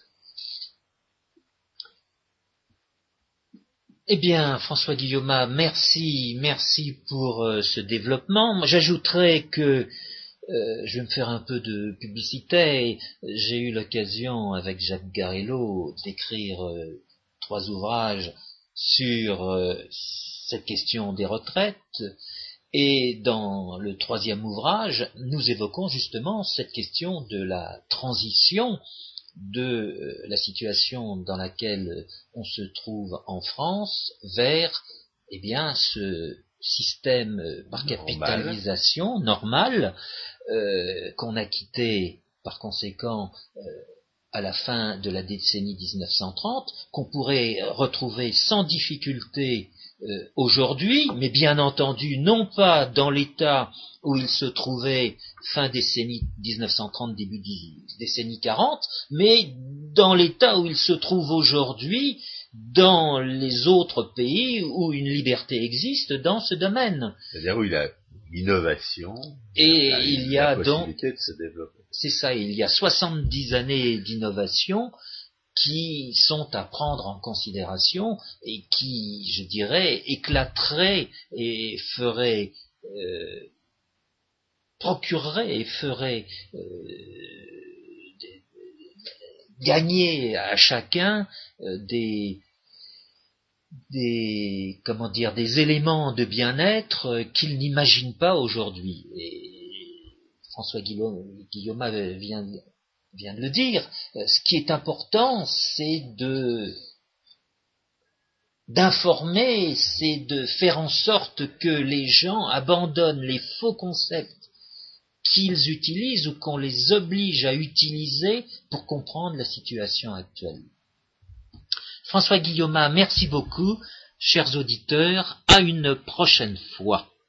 Eh bien, François Guillaumat, merci, merci pour euh, ce développement. J'ajouterais que euh, je vais me faire un peu de publicité. J'ai eu l'occasion, avec Jacques Garello, d'écrire euh, trois ouvrages sur euh, cette question des retraites. Et dans le troisième ouvrage, nous évoquons justement cette question de la transition de la situation dans laquelle on se trouve en France vers, eh bien, ce système par capitalisation normal, euh, qu'on a quitté par conséquent euh, à la fin de la décennie dix-neuf cent trente, qu'on pourrait retrouver sans difficulté euh, aujourd'hui, mais bien entendu non pas dans l'état où il se trouvait fin décennie dix-neuf cent trente, début décennie quarante, mais dans l'état où il se trouve aujourd'hui dans les autres pays où une liberté existe dans ce domaine. C'est-à-dire où il y a l'innovation et la, il y la a possibilité donc, de se développer. C'est ça, il y a soixante-dix années d'innovation qui sont à prendre en considération et qui, je dirais, éclateraient et feraient euh, procurerait et ferait euh, gagner à chacun euh, des, des comment dire des éléments de bien-être euh, qu'il n'imagine pas aujourd'hui. Et François Guillaume, Guillaume vient, vient de le dire. Euh, ce qui est important, c'est de d'informer, c'est de faire en sorte que les gens abandonnent les faux concepts qu'ils utilisent ou qu'on les oblige à utiliser pour comprendre la situation actuelle. François Guillaumat, merci beaucoup, chers auditeurs, à une prochaine fois.